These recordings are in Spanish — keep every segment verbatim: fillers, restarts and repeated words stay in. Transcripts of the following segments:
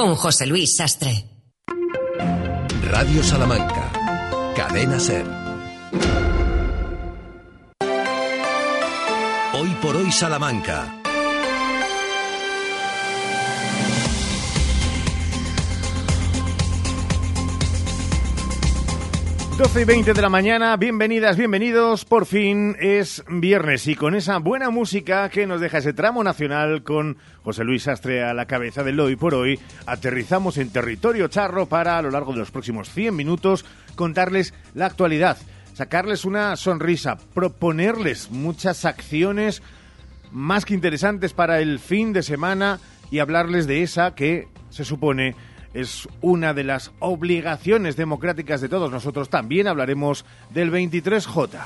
con José Luis Sastre. Radio Salamanca, Cadena SER. Hoy por hoy Salamanca. doce y veinte de la mañana, bienvenidas, bienvenidos, por fin es viernes y con esa buena música que nos deja ese tramo nacional con José Luis Sastre a la cabeza del Hoy por Hoy, aterrizamos en territorio charro para a lo largo de los próximos cien minutos contarles la actualidad, sacarles una sonrisa, proponerles muchas acciones más que interesantes para el fin de semana y hablarles de esa que se supone es una de las obligaciones democráticas de todos nosotros. También hablaremos del veintitrés J.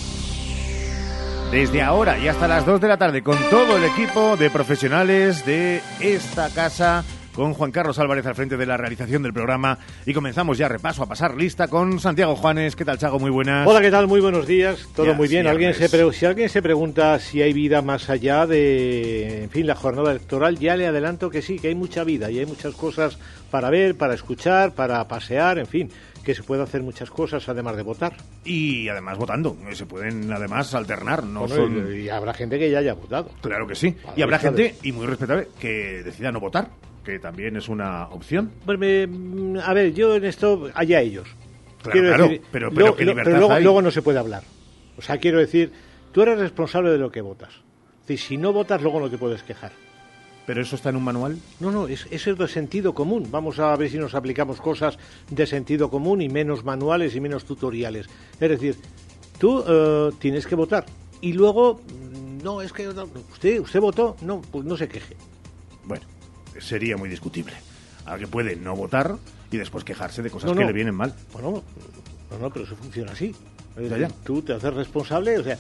Desde ahora y hasta las dos de la tarde, con todo el equipo de profesionales de esta casa, con Juan Carlos Álvarez al frente de la realización del programa. Y comenzamos ya repaso a pasar lista con Santiago Juanes. ¿Qué tal, Chago? Muy buenas. Hola, ¿qué tal? Muy buenos días. Todo ya, muy bien. ¿Alguien se pre- si alguien se pregunta si hay vida más allá de, en fin, la jornada electoral, ya le adelanto que sí, que hay mucha vida y hay muchas cosas para ver, para escuchar, para pasear, en fin, que se puede hacer muchas cosas además de votar. Y además votando. Se pueden además alternar. No bueno, son... y, y habrá gente que ya haya votado. Claro que sí. Para y habrá gente, gente, y muy respetable, que decida no votar, que también es una opción. Pues me, a ver, yo en esto, allá ellos. Claro, quiero claro, decir, pero, pero lo, ¿qué lo, libertad pero luego, hay? luego no se puede hablar. O sea, quiero decir, tú eres responsable de lo que votas. Es decir, si no votas, luego no te puedes quejar. ¿Pero eso está en un manual? No, no, es, eso es de sentido común. Vamos a ver si nos aplicamos cosas de sentido común y menos manuales y menos tutoriales. Es decir, tú uh, tienes que votar y luego, no, es que usted, usted votó, no, pues no se queje. Bueno, sería muy discutible. Alguien puede no votar y después quejarse de cosas no, que no. le vienen mal. Bueno, no, no, pero eso funciona así. Es Ya, decir, ya. tú te haces responsable, o sea,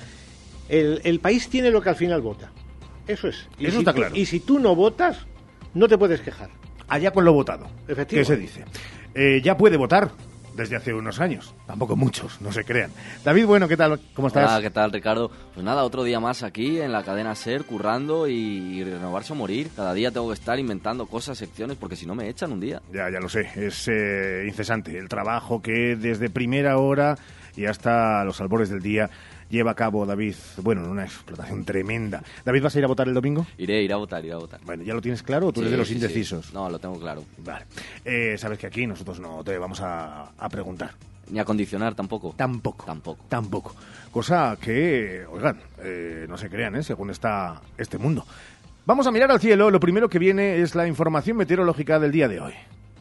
el, el país tiene lo que al final vota. Eso es. Y Eso si está tú- claro. Y si tú no votas, no te puedes quejar. Allá con lo votado. Efectivamente. ¿Qué se dice? Eh, ya puede votar desde hace unos años. Tampoco muchos, no se crean. David, bueno, ¿qué tal? ¿Cómo estás? Hola, ¿qué tal, Ricardo? Pues nada, otro día más aquí en la cadena SER, currando y, y renovarse o morir. Cada día tengo que estar inventando cosas, secciones, porque si no me echan un día. Ya, ya lo sé. Es eh, incesante el trabajo que desde primera hora y hasta los albores del día lleva a cabo David. Bueno, en una explotación tremenda. ¿David, vas a ir a votar el domingo? Iré, iré a votar, iré a votar. Bueno, ¿ya lo tienes claro o tú eres Sí, de los sí, indecisos? sí. No, lo tengo claro. Vale. Eh, sabes que aquí nosotros no te vamos a, a preguntar. Ni a condicionar tampoco. Tampoco. Tampoco. Tampoco. Cosa que, oigan, eh, no se crean, ¿eh? Según está este mundo. Vamos a mirar al cielo. Lo primero que viene es la información meteorológica del día de hoy.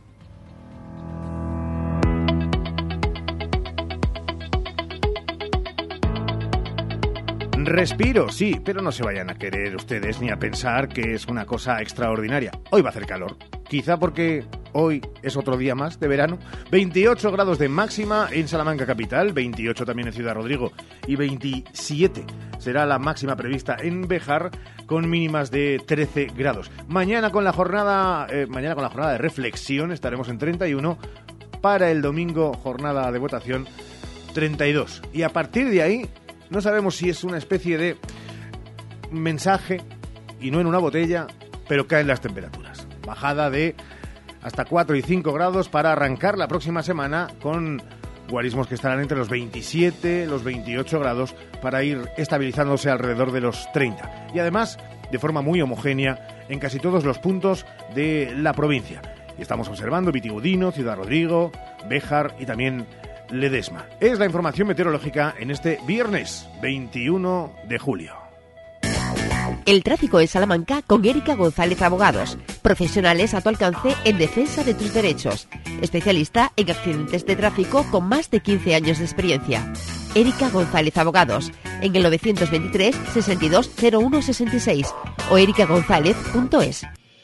Respiro, sí, pero no se vayan a querer ustedes ni a pensar que es una cosa extraordinaria. Hoy va a hacer calor, quizá porque hoy es otro día más de verano. veintiocho grados de máxima en Salamanca capital, veintiocho también en Ciudad Rodrigo y veintisiete será la máxima prevista en Béjar con mínimas de trece grados. Mañana con la jornada, eh, mañana con la jornada de reflexión estaremos en treinta y uno. Para el domingo jornada de votación treinta y dos. Y a partir de ahí no sabemos si es una especie de mensaje y no en una botella, pero caen las temperaturas. Bajada de hasta cuatro y cinco grados para arrancar la próxima semana con guarismos que estarán entre los veintisiete, los veintiocho grados para ir estabilizándose alrededor de los treinta. Y además, de forma muy homogénea en casi todos los puntos de la provincia. Y estamos observando Vitigudino, Ciudad Rodrigo, Béjar y también Ledesma. Es la información meteorológica en este viernes veintiuno de julio. El tráfico en Salamanca con Erika González Abogados. Profesionales a tu alcance en defensa de tus derechos. Especialista en accidentes de tráfico con más de quince años de experiencia. Erika González Abogados. En el novecientos veintitrés sesenta y dos cero uno sesenta y seis o erika gonzález punto es.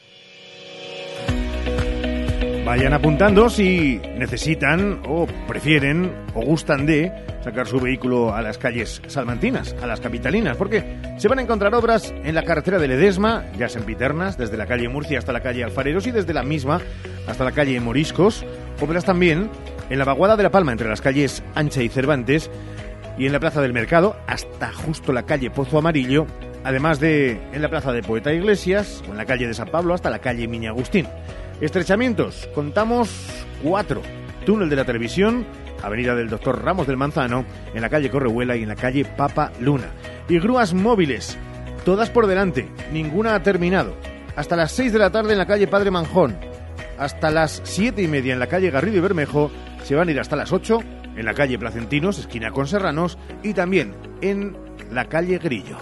Vayan apuntando si necesitan o prefieren o gustan de sacar su vehículo a las calles salmantinas, a las capitalinas, porque se van a encontrar obras en la carretera de Ledesma, ya sempiternas, desde la calle Murcia hasta la calle Alfareros y desde la misma hasta la calle Moriscos. Obras también en la vaguada de La Palma, entre las calles Ancha y Cervantes, y en la plaza del Mercado, hasta justo la calle Pozo Amarillo, además de en la plaza de Poeta Iglesias, o en la calle de San Pablo, hasta la calle Miña Agustín. Estrechamientos, contamos cuatro. Túnel de la Televisión, avenida del Doctor Ramos del Manzano, en la calle Correhuela y en la calle Papa Luna. Y grúas móviles, todas por delante, ninguna ha terminado. Hasta las seis de la tarde en la calle Padre Manjón. Hasta las siete y media en la calle Garrido y Bermejo. Se van a ir hasta las ocho en la calle Placentinos, esquina con Serranos, y también en la calle Grillo.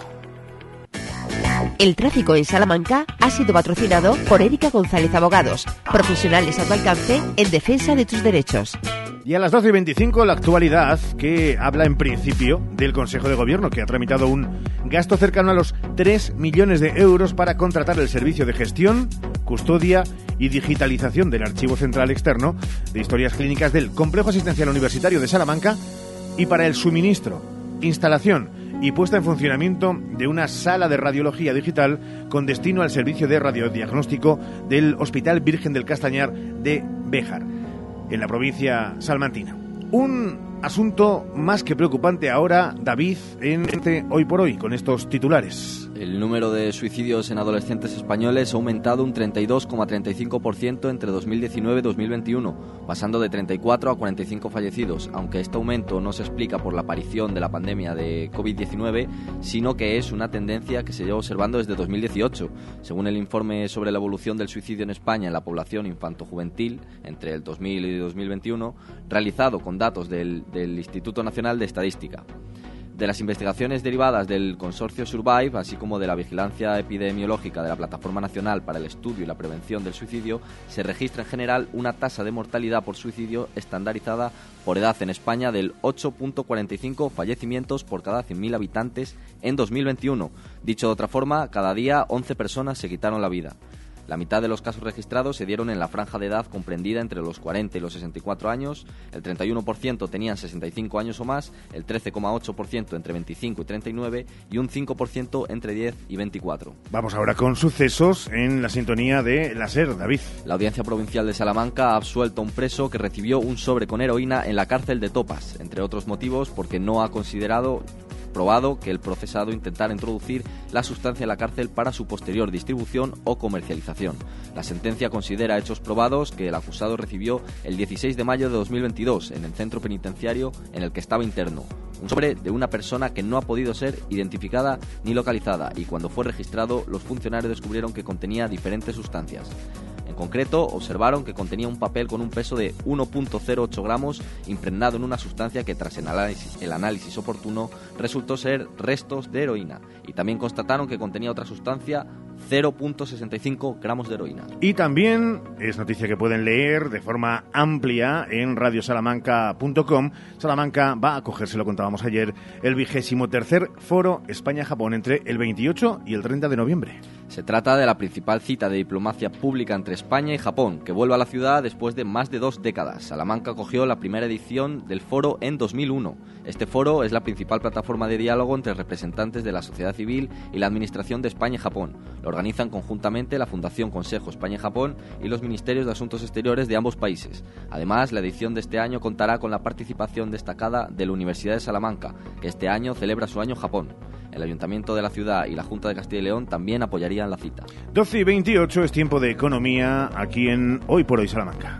El tráfico en Salamanca ha sido patrocinado por Erika González Abogados, profesionales a tu alcance en defensa de tus derechos. Y a las doce y veinticinco la actualidad, que habla en principio del Consejo de Gobierno, que ha tramitado un gasto cercano a los tres millones de euros para contratar el servicio de gestión, custodia y digitalización del Archivo Central Externo de Historias Clínicas del Complejo Asistencial Universitario de Salamanca y para el suministro, instalación y puesta en funcionamiento de una sala de radiología digital con destino al servicio de radiodiagnóstico del Hospital Virgen del Castañar de Béjar, en la provincia salmantina. Un asunto más que preocupante ahora, David, en este Hoy por Hoy, con estos titulares. El número de suicidios en adolescentes españoles ha aumentado un treinta y dos coma treinta y cinco por ciento entre dos mil diecinueve y dos mil veintiuno, pasando de treinta y cuatro a cuarenta y cinco fallecidos, aunque este aumento no se explica por la aparición de la pandemia de covid diecinueve, sino que es una tendencia que se lleva observando desde dos mil dieciocho. Según el informe sobre la evolución del suicidio en España en la población infanto-juvenil entre el dos mil y dos mil veintiuno, realizado con datos del, del Instituto Nacional de Estadística. De las investigaciones derivadas del consorcio Survive, así como de la vigilancia epidemiológica de la Plataforma Nacional para el Estudio y la Prevención del Suicidio, se registra en general una tasa de mortalidad por suicidio estandarizada por edad en España del ocho coma cuarenta y cinco fallecimientos por cada cien mil habitantes en dos mil veintiuno. Dicho de otra forma, cada día once personas se quitaron la vida. La mitad de los casos registrados se dieron en la franja de edad comprendida entre los cuarenta y los sesenta y cuatro años, el treinta y uno por ciento tenían sesenta y cinco años o más, el trece coma ocho por ciento entre veinticinco y treinta y nueve y un cinco por ciento entre diez y veinticuatro. Vamos ahora con sucesos en la sintonía de la SER, David. La Audiencia Provincial de Salamanca ha absuelto a un preso que recibió un sobre con heroína en la cárcel de Topas, entre otros motivos porque no ha considerado probado que el procesado intentara introducir la sustancia en la cárcel para su posterior distribución o comercialización. La sentencia considera hechos probados que el acusado recibió el dieciséis de mayo de dos mil veintidós en el centro penitenciario en el que estaba interno, un sobre de una persona que no ha podido ser identificada ni localizada, y cuando fue registrado los funcionarios descubrieron que contenía diferentes sustancias. En concreto, observaron que contenía un papel con un peso de uno coma cero ocho gramos impregnado en una sustancia que tras el análisis, el análisis oportuno resultó ser restos de heroína, y también constataron que contenía otra sustancia, cero coma sesenta y cinco gramos de heroína. Y también es noticia que pueden leer de forma amplia en radio salamanca punto com. Salamanca va a acoger, se lo contábamos ayer, el vigésimo tercer Foro España-Japón entre el veintiocho y el treinta de noviembre. Se trata de la principal cita de diplomacia pública entre España y Japón, que vuelve a la ciudad después de más de dos décadas. Salamanca acogió la primera edición del foro en dos mil uno. Este foro es la principal plataforma de diálogo entre representantes de la sociedad civil y la Administración de España y Japón. Lo organizan conjuntamente la Fundación Consejo España y Japón y los Ministerios de Asuntos Exteriores de ambos países. Además, la edición de este año contará con la participación destacada de la Universidad de Salamanca, que este año celebra su año Japón. El Ayuntamiento de la ciudad y la Junta de Castilla y León también apoyarían la cita. doce y veintiocho es tiempo de economía aquí en Hoy por Hoy Salamanca.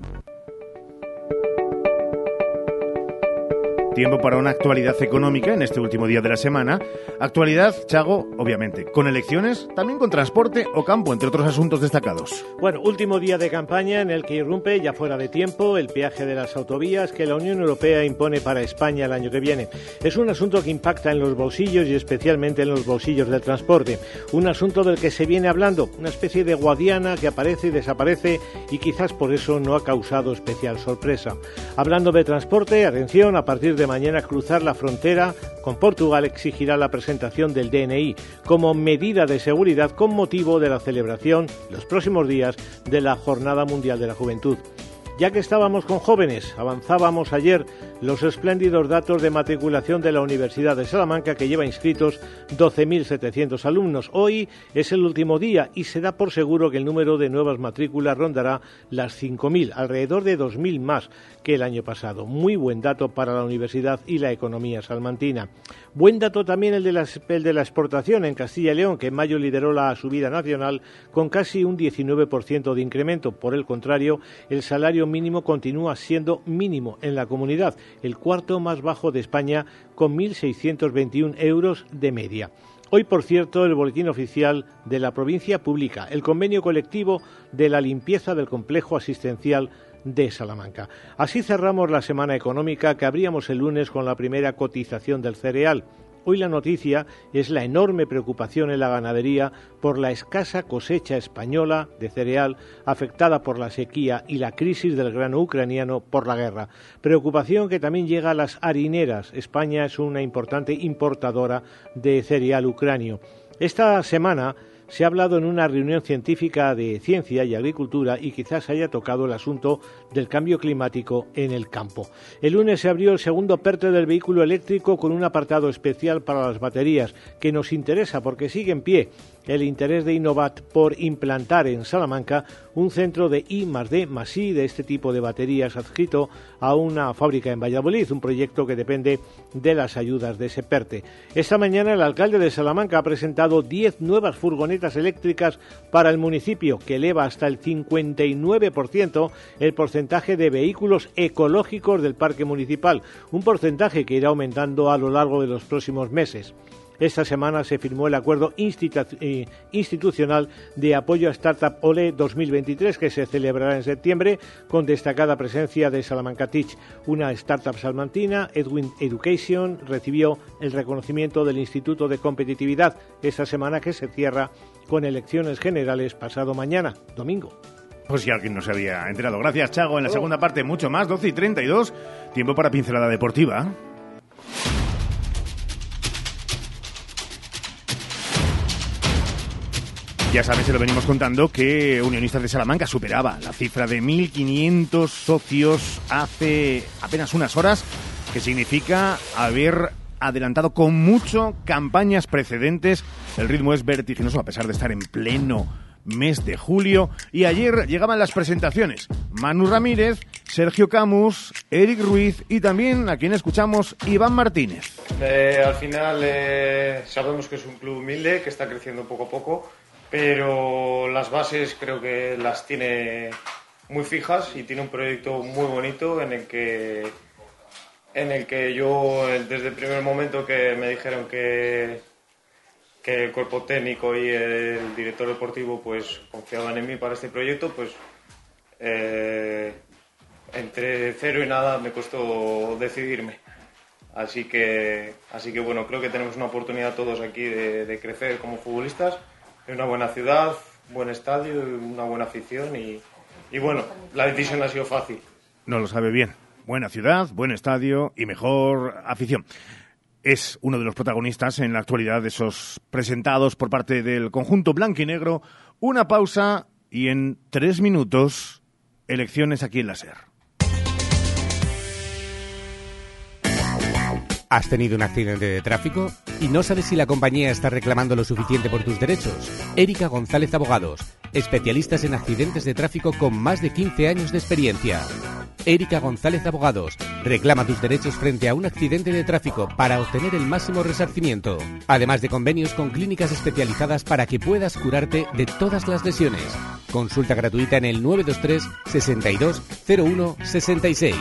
Tiempo para una actualidad económica en este último día de la semana. Actualidad, Chago, obviamente, con elecciones, también con transporte o campo, entre otros asuntos destacados. Bueno, último día de campaña en el que irrumpe, ya fuera de tiempo, el peaje de las autovías que la Unión Europea impone para España el año que viene. Es un asunto que impacta en los bolsillos y especialmente en los bolsillos del transporte. Un asunto del que se viene hablando, una especie de guadiana que aparece y desaparece y quizás por eso no ha causado especial sorpresa. Hablando de transporte, atención, a partir de mañana cruzar la frontera con Portugal exigirá la presentación del D N I como medida de seguridad con motivo de la celebración los próximos días de la Jornada Mundial de la Juventud. Ya que estábamos con jóvenes, avanzábamos ayer los espléndidos datos de matriculación de la Universidad de Salamanca, que lleva inscritos doce mil setecientos alumnos. Hoy es el último día y se da por seguro que el número de nuevas matrículas rondará las cinco mil, alrededor de dos mil más que el año pasado. Muy buen dato para la universidad y la economía salmantina. Buen dato también el de, la, el de la exportación en Castilla y León, que en mayo lideró la subida nacional con casi un diecinueve por ciento de incremento. Por el contrario, el salario mínimo continúa siendo mínimo en la comunidad, el cuarto más bajo de España, con mil seiscientos veintiún euros de media. Hoy, por cierto, el Boletín Oficial de la provincia publica el convenio colectivo de la limpieza del complejo asistencial de Salamanca. Así cerramos la semana económica, que abríamos el lunes con la primera cotización del cereal. Hoy la noticia es la enorme preocupación en la ganadería por la escasa cosecha española de cereal afectada por la sequía y la crisis del grano ucraniano por la guerra. Preocupación que también llega a las harineras. España es una importante importadora de cereal ucranio. Esta semana se ha hablado en una reunión científica de ciencia y agricultura y quizás haya tocado el asunto del cambio climático en el campo. El lunes se abrió el segundo PERTE del vehículo eléctrico con un apartado especial para las baterías que nos interesa porque sigue en pie el interés de Innovat por implantar en Salamanca un centro de I más D más I de este tipo de baterías adscrito a una fábrica en Valladolid, un proyecto que depende de las ayudas de ese PERTE. Esta mañana el alcalde de Salamanca ha presentado diez nuevas furgonetas eléctricas para el municipio, que eleva hasta el cincuenta y nueve por ciento el porcentaje de vehículos ecológicos del parque municipal, un porcentaje que irá aumentando a lo largo de los próximos meses. Esta semana se firmó el acuerdo institu- eh, institucional de apoyo a Startup Ole dos mil veintitrés, que se celebrará en septiembre con destacada presencia de Salamanca Teach. Una startup salmantina, Edwin Education, recibió el reconocimiento del Instituto de Competitividad esta semana, que se cierra con elecciones generales pasado mañana, domingo. Pues si alguien no se había enterado. Gracias, Chago. En la segunda parte, mucho más, doce y treinta y dos. Tiempo para pincelada deportiva. Ya sabes, se lo venimos contando, que Unionistas de Salamanca superaba la cifra de mil quinientos socios hace apenas unas horas, que significa haber adelantado con mucho campañas precedentes. El ritmo es vertiginoso a pesar de estar en pleno mes de julio, y ayer llegaban las presentaciones. Manu Ramírez, Sergio Camus, Eric Ruiz y también, a quien escuchamos, Iván Martínez. Eh, al final eh, sabemos que es un club humilde, que está creciendo poco a poco, pero las bases creo que las tiene muy fijas y tiene un proyecto muy bonito en el que en el que yo desde el primer momento que me dijeron que, que el cuerpo técnico y el director deportivo pues confiaban en mí para este proyecto, pues eh, entre cero y nada me costó decidirme. Así que, así que bueno, creo que tenemos una oportunidad todos aquí de, de crecer como futbolistas. Es una buena ciudad, buen estadio, una buena afición y, y bueno, la decisión ha sido fácil. No lo sabe bien. Buena ciudad, buen estadio y mejor afición. Es uno de los protagonistas en la actualidad de esos presentados por parte del conjunto blanquinegro. Una pausa y en tres minutos, elecciones aquí en la SER. ¿Has tenido un accidente de tráfico y no sabes si la compañía está reclamando lo suficiente por tus derechos? Erika González Abogados, especialistas en accidentes de tráfico con más de quince años de experiencia. Erika González Abogados, reclama tus derechos frente a un accidente de tráfico para obtener el máximo resarcimiento. Además de convenios con clínicas especializadas para que puedas curarte de todas las lesiones. Consulta gratuita en el nueve dos tres, sesenta y dos, cero uno, sesenta y seis.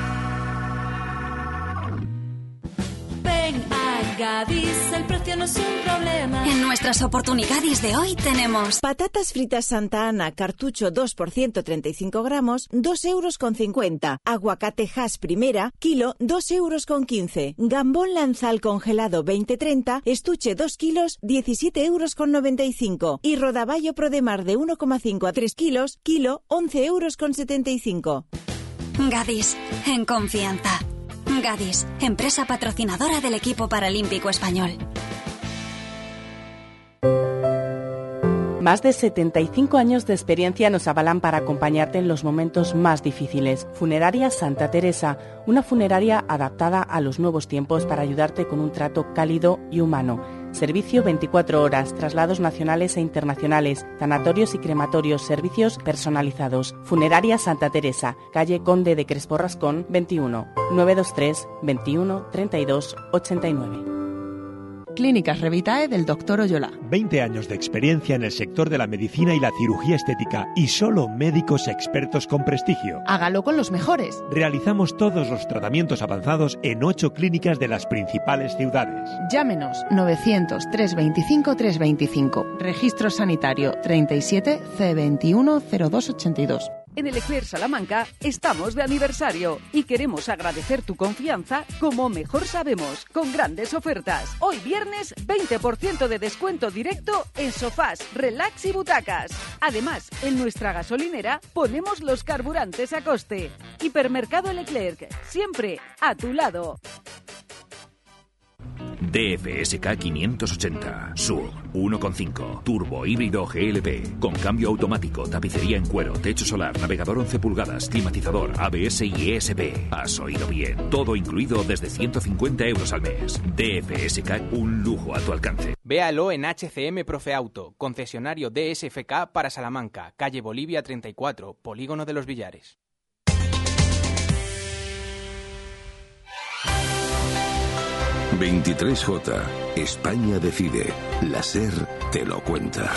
Gadis, el precio no es un problema. En nuestras oportunidades de hoy tenemos patatas fritas Santa Ana, cartucho dos por ciento treinta y cinco gramos, dos euros con cincuenta. Aguacate Hass primera, kilo, dos euros con quince. Gambón lanzal congelado veinte treinta, estuche dos kilos, diecisiete euros con noventa y cinco. Y rodaballo Prodemar de uno coma cinco a tres kilos, kilo, once euros con setenta y cinco. Gadis, en confianza. Gadis, empresa patrocinadora del equipo paralímpico español. Más de setenta y cinco años de experiencia nos avalan para acompañarte en los momentos más difíciles. Funeraria Santa Teresa, una funeraria adaptada a los nuevos tiempos para ayudarte con un trato cálido y humano. Servicio veinticuatro horas, traslados nacionales e internacionales, tanatorios y crematorios, servicios personalizados. Funeraria Santa Teresa, calle Conde de Crespo Rascón, veintiuno, nueve dos tres, veintiuno, treinta y dos, ochenta y nueve. Clínicas Revitae del doctor Oyola. veinte años de experiencia en el sector de la medicina y la cirugía estética y solo médicos expertos con prestigio. Hágalo con los mejores. Realizamos todos los tratamientos avanzados en ocho clínicas de las principales ciudades. Llámenos novecientos, trescientos veinticinco, trescientos veinticinco. Registro sanitario treinta y siete C veintiuno cero dos ochenta y dos. En el Eclair Salamanca estamos de aniversario y queremos agradecer tu confianza como mejor sabemos, con grandes ofertas. Hoy viernes, veinte por ciento de descuento directo en sofás, relax y butacas. Además, en nuestra gasolinera ponemos los carburantes a coste. Hipermercado Leclerc, siempre a tu lado. D F S K quinientos ochenta, S U V, uno coma cinco, turbo híbrido G L P, con cambio automático, tapicería en cuero, techo solar, navegador once pulgadas, climatizador, A B S y E S P. Has oído bien, todo incluido desde ciento cincuenta euros al mes. D F S K, un lujo a tu alcance. Véalo en H C M Profeauto, concesionario D S F K para Salamanca, calle Bolivia treinta y cuatro, Polígono de los Villares. veintitrés J. España decide. La SER te lo cuenta.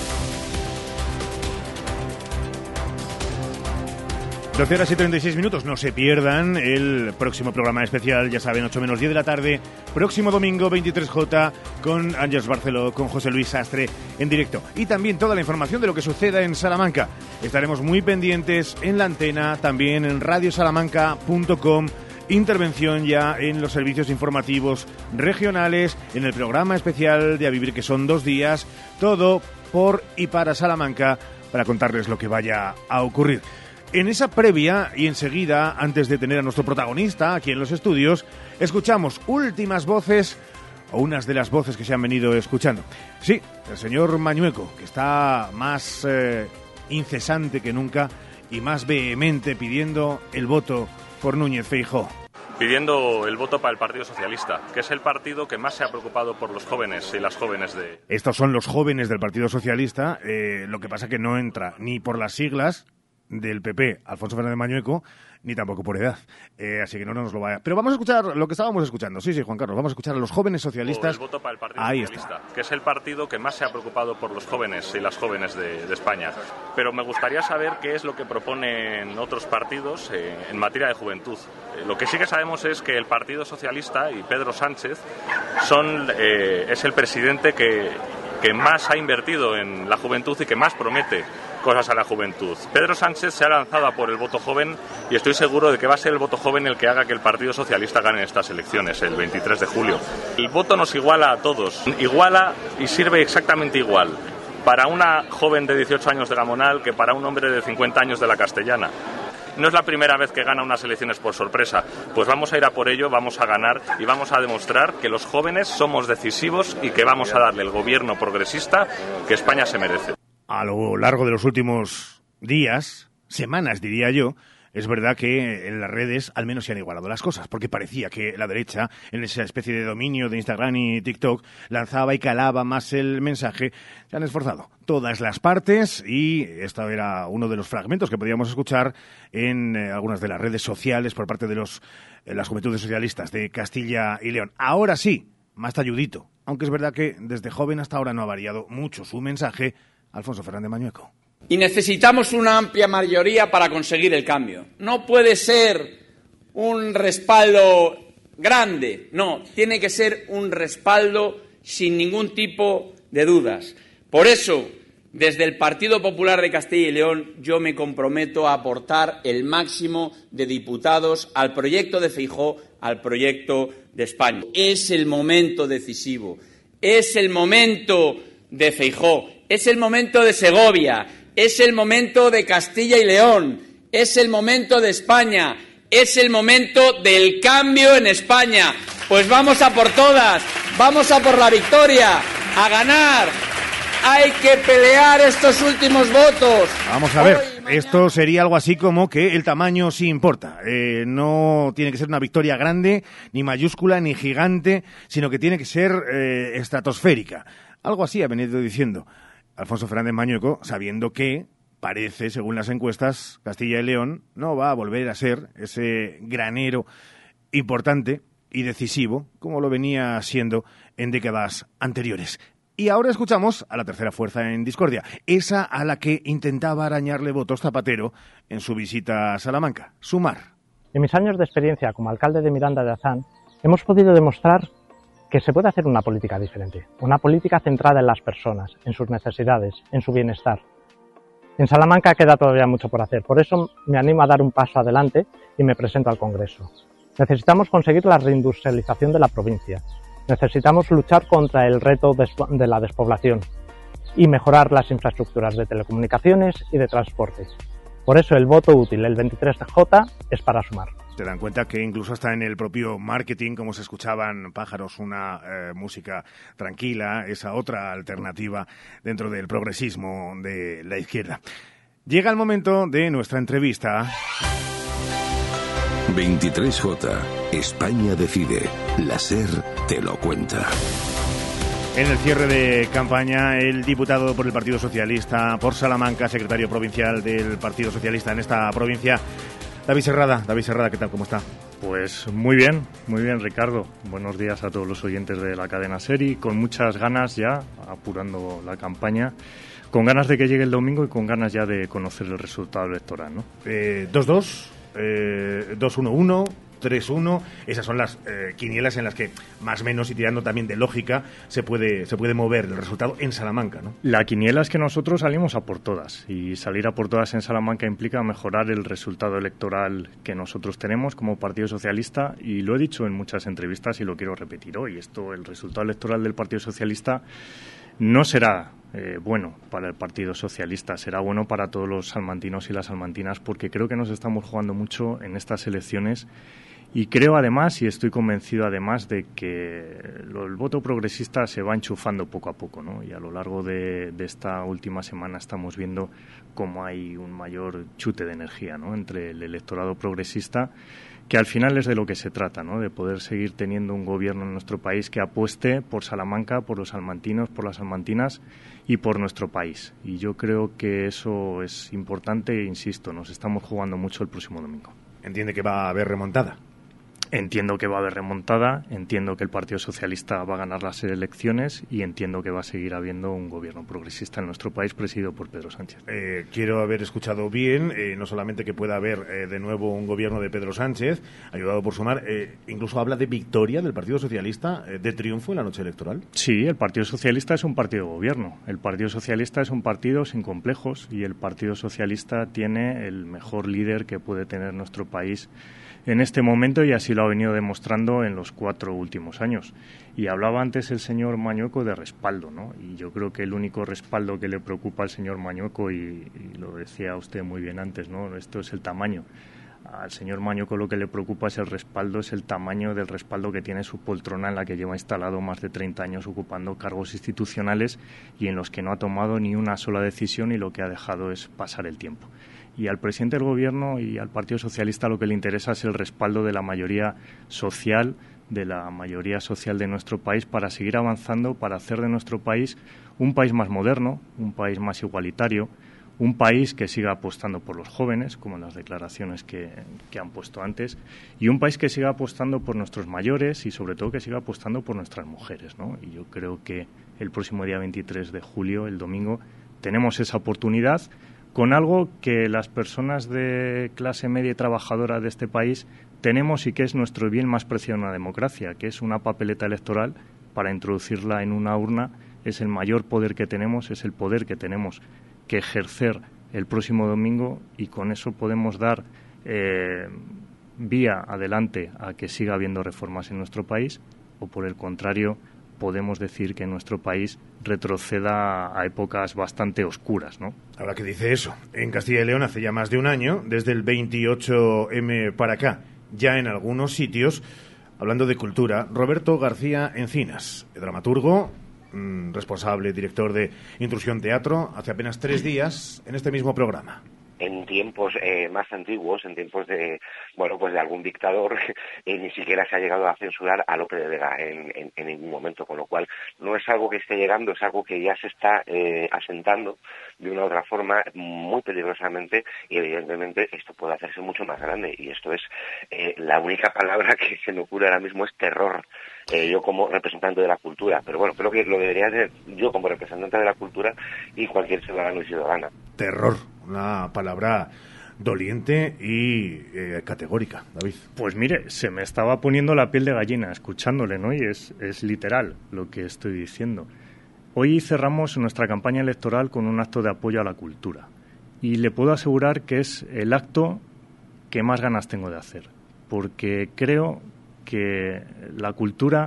doce horas y treinta y seis minutos. No se pierdan el próximo programa especial, ya saben, ocho menos diez de la tarde. Próximo domingo, veintitrés J, con Ángeles Barceló, con José Luis Sastre en directo. Y también toda la información de lo que suceda en Salamanca. Estaremos muy pendientes en la antena, también en radio salamanca punto com. Intervención ya en los servicios informativos regionales, en el programa especial de A Vivir, que son dos días, todo por y para Salamanca, para contarles lo que vaya a ocurrir. En esa previa y enseguida, antes de tener a nuestro protagonista aquí en los estudios, escuchamos últimas voces, o unas de las voces que se han venido escuchando. Sí, el señor Mañueco, que está más eh, incesante que nunca y más vehemente pidiendo el voto por Núñez Feijóo. Pidiendo el voto para el Partido Socialista, que es el partido que más se ha preocupado por los jóvenes y las jóvenes de... Estos son los jóvenes del Partido Socialista, eh, lo que pasa que no entra ni por las siglas del P P, Alfonso Fernández Mañueco, ni tampoco por edad. Eh, así que no, no nos lo vaya. Pero vamos a escuchar lo que estábamos escuchando. Sí, sí, Juan Carlos, vamos a escuchar a los jóvenes socialistas. El voto para el Partido Ahí Socialista, está. Que es el partido que más se ha preocupado por los jóvenes y las jóvenes de, de España. Pero me gustaría saber qué es lo que proponen otros partidos eh, en materia de juventud. Eh, lo que sí que sabemos es que el Partido Socialista y Pedro Sánchez son eh, es el presidente que, que más ha invertido en la juventud y que más promete cosas a la juventud. Pedro Sánchez se ha lanzado a por el voto joven y estoy seguro de que va a ser el voto joven el que haga que el Partido Socialista gane estas elecciones el veintitrés de julio. El voto nos iguala a todos, iguala y sirve exactamente igual para una joven de dieciocho años de Gamonal que para un hombre de cincuenta años de la Castellana. No es la primera vez que gana unas elecciones por sorpresa, pues vamos a ir a por ello, vamos a ganar y vamos a demostrar que los jóvenes somos decisivos y que vamos a darle el gobierno progresista que España se merece. A lo largo de los últimos días, semanas diría yo, es verdad que en las redes al menos se han igualado las cosas, porque parecía que la derecha, en esa especie de dominio de Instagram y TikTok, lanzaba y calaba más el mensaje. Se han esforzado todas las partes y esto era uno de los fragmentos que podíamos escuchar en eh, algunas de las redes sociales por parte de los eh, las juventudes socialistas de Castilla y León. Ahora sí, más talludito, aunque es verdad que desde joven hasta ahora no ha variado mucho su mensaje. Alfonso Fernández Mañueco. Y necesitamos una amplia mayoría para conseguir el cambio. No puede ser un respaldo grande, no, tiene que ser un respaldo sin ningún tipo de dudas. Por eso, desde el Partido Popular de Castilla y León, yo me comprometo a aportar el máximo de diputados al proyecto de Feijóo, al proyecto de España. Es el momento decisivo, es el momento de Feijóo. Es el momento de Segovia, es el momento de Castilla y León, es el momento de España, es el momento del cambio en España. Pues vamos a por todas, vamos a por la victoria, a ganar hay que pelear estos últimos votos. Vamos a ver, esto sería algo así como que el tamaño sí importa. Eh, no tiene que ser una victoria grande, ni mayúscula, ni gigante, sino que tiene que ser eh, estratosférica. Algo así ha venido diciendo Alfonso Fernández Mañueco, sabiendo que parece, según las encuestas, Castilla y León no va a volver a ser ese granero importante y decisivo como lo venía siendo en décadas anteriores. Y ahora escuchamos a la tercera fuerza en discordia, esa a la que intentaba arañarle votos Zapatero en su visita a Salamanca, Sumar. En mis años de experiencia como alcalde de Miranda de Azán, hemos podido demostrar que se puede hacer una política diferente, una política centrada en las personas, en sus necesidades, en su bienestar. En Salamanca queda todavía mucho por hacer, por eso me animo a dar un paso adelante y me presento al Congreso. Necesitamos conseguir la reindustrialización de la provincia, necesitamos luchar contra el reto de la despoblación y mejorar las infraestructuras de telecomunicaciones y de transporte. Por eso el voto útil, el veintitrés J, es para Sumar. Te dan cuenta que incluso hasta en el propio marketing, como se escuchaban pájaros, una eh, música tranquila, esa otra alternativa dentro del progresismo de la izquierda. Llega el momento de nuestra entrevista. veintitrés J. España decide. La SER te lo cuenta. En el cierre de campaña, el diputado por el Partido Socialista por Salamanca, secretario provincial del Partido Socialista en esta provincia, David Serrada. David Serrada, ¿qué tal? ¿Cómo está? Pues muy bien, muy bien, Ricardo. Buenos días a todos los oyentes de la cadena SER y con muchas ganas ya, apurando la campaña, con ganas de que llegue el domingo y con ganas ya de conocer el resultado electoral, ¿no? Eh, dos dos, eh, dos uno uno, tres uno, esas son las eh, quinielas en las que más o menos, y tirando también de lógica, se puede se puede mover el resultado en Salamanca, ¿no? La quiniela es que nosotros salimos a por todas, y salir a por todas en Salamanca implica mejorar el resultado electoral que nosotros tenemos como Partido Socialista, y lo he dicho en muchas entrevistas y lo quiero repetir hoy. Esto, el resultado electoral del Partido Socialista no será eh, bueno para el Partido Socialista, será bueno para todos los salmantinos y las salmantinas, porque creo que nos estamos jugando mucho en estas elecciones. Y creo además, y estoy convencido además, de que el voto progresista se va enchufando poco a poco, ¿no? Y a lo largo de, de esta última semana estamos viendo cómo hay un mayor chute de energía, ¿no?, entre el electorado progresista, que al final es de lo que se trata, ¿no?, de poder seguir teniendo un gobierno en nuestro país que apueste por Salamanca, por los salmantinos, por las salmantinas y por nuestro país. Y yo creo que eso es importante e, insisto, nos estamos jugando mucho el próximo domingo. ¿Entiende que va a haber remontada? Entiendo que va a haber remontada, entiendo que el Partido Socialista va a ganar las elecciones y entiendo que va a seguir habiendo un gobierno progresista en nuestro país presidido por Pedro Sánchez. Eh, quiero haber escuchado bien, eh, no solamente que pueda haber eh, de nuevo un gobierno de Pedro Sánchez, ayudado por Sumar, eh, incluso habla de victoria del Partido Socialista, eh, de triunfo en la noche electoral. Sí, el Partido Socialista es un partido de gobierno, el Partido Socialista es un partido sin complejos y el Partido Socialista tiene el mejor líder que puede tener nuestro país en este momento, y así lo ha venido demostrando en los cuatro últimos años. Y hablaba antes el señor Mañueco de respaldo, ¿no? Y yo creo que el único respaldo que le preocupa al señor Mañueco, y, y lo decía usted muy bien antes, ¿no?, esto es el tamaño. Al señor Mañueco lo que le preocupa es el respaldo, es el tamaño del respaldo que tiene su poltrona, en la que lleva instalado más de treinta años ocupando cargos institucionales y en los que no ha tomado ni una sola decisión, y lo que ha dejado es pasar el tiempo. Y al presidente del Gobierno y al Partido Socialista lo que le interesa es el respaldo de la mayoría social, de la mayoría social de nuestro país, para seguir avanzando, para hacer de nuestro país un país más moderno, un país más igualitario, un país que siga apostando por los jóvenes, como en las declaraciones que, que han puesto antes, y un país que siga apostando por nuestros mayores y sobre todo que siga apostando por nuestras mujeres, ¿no? Y yo creo que el próximo día veintitrés de julio, el domingo, tenemos esa oportunidad con algo que las personas de clase media y trabajadora de este país tenemos y que es nuestro bien más preciado en una democracia, que es una papeleta electoral para introducirla en una urna. Es el mayor poder que tenemos, es el poder que tenemos que ejercer el próximo domingo, y con eso podemos dar eh, vía adelante a que siga habiendo reformas en nuestro país, o por el contrario podemos decir que nuestro país retroceda a épocas bastante oscuras, ¿no? Ahora que dice eso, en Castilla y León hace ya más de un año, desde el veintiocho eme para acá, ya en algunos sitios, hablando de cultura, Roberto García Encinas, dramaturgo, mmm, responsable, director de Intrusión Teatro, hace apenas tres días en este mismo programa. En tiempos eh, más antiguos, en tiempos de, bueno, pues de algún dictador, eh, ni siquiera se ha llegado a censurar a Lope de Vega en, en, en ningún momento, con lo cual no es algo que esté llegando, es algo que ya se está eh, asentando de una u otra forma muy peligrosamente, y evidentemente esto puede hacerse mucho más grande, y esto es eh, la única palabra que se me ocurre ahora mismo es terror. Eh, yo como representante de la cultura, pero bueno, creo que lo debería ser yo como representante de la cultura y cualquier ciudadano y ciudadana. Terror, una palabra doliente y eh, categórica, David. Pues mire, se me estaba poniendo la piel de gallina escuchándole, ¿no? Y es, es literal lo que estoy diciendo. Hoy cerramos nuestra campaña electoral con un acto de apoyo a la cultura, y le puedo asegurar que es el acto que más ganas tengo de hacer, porque creo que la cultura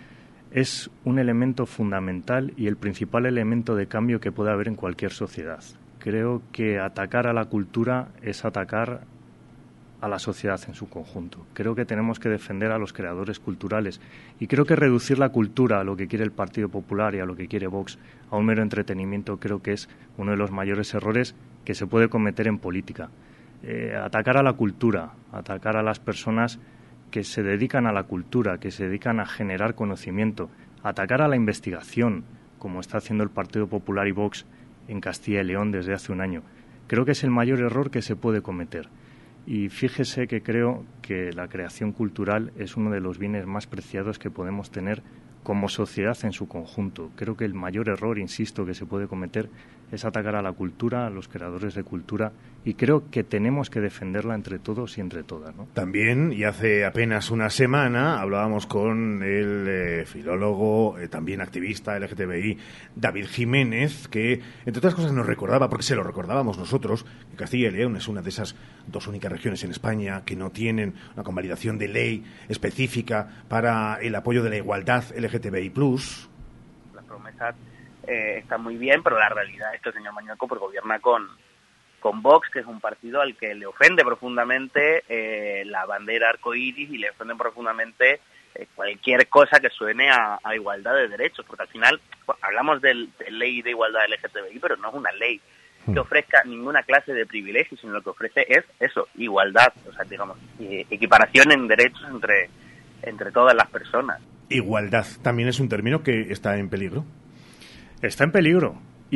es un elemento fundamental y el principal elemento de cambio que puede haber en cualquier sociedad. Creo que atacar a la cultura es atacar a la sociedad en su conjunto. Creo que tenemos que defender a los creadores culturales, y creo que reducir la cultura a lo que quiere el Partido Popular y a lo que quiere Vox, a un mero entretenimiento, creo que es uno de los mayores errores que se puede cometer en política. Eh, atacar a la cultura, atacar a las personas que se dedican a la cultura, que se dedican a generar conocimiento, atacar a la investigación, como está haciendo el Partido Popular y Vox en Castilla y León desde hace un año. Creo que es el mayor error que se puede cometer. Y fíjese que creo que la creación cultural es uno de los bienes más preciados que podemos tener como sociedad en su conjunto. Creo que el mayor error, insisto, que se puede cometer es atacar a la cultura, a los creadores de cultura, y creo que tenemos que defenderla entre todos y entre todas, ¿no? También, y hace apenas una semana, hablábamos con el eh, filólogo, eh, también activista L G T B I, David Jiménez, que, entre otras cosas, nos recordaba, porque se lo recordábamos nosotros, que Castilla y León es una de esas dos únicas regiones en España que no tienen una convalidación de ley específica para el apoyo de la igualdad L G T B I plus. Las promesas eh, están muy bien, pero la realidad es que el señor Mañueco pues gobierna con, con Vox, que es un partido al que le ofende profundamente eh, la bandera arcoíris, y le ofende profundamente eh, cualquier cosa que suene a, a igualdad de derechos, porque al final pues, hablamos de, de ley de igualdad L G T B I, pero no es una ley que ofrezca ninguna clase de privilegios, sino lo que ofrece es eso, igualdad, o sea, digamos, equiparación en derechos entre, entre todas las personas. Igualdad también es un término que está en peligro. Está en peligro.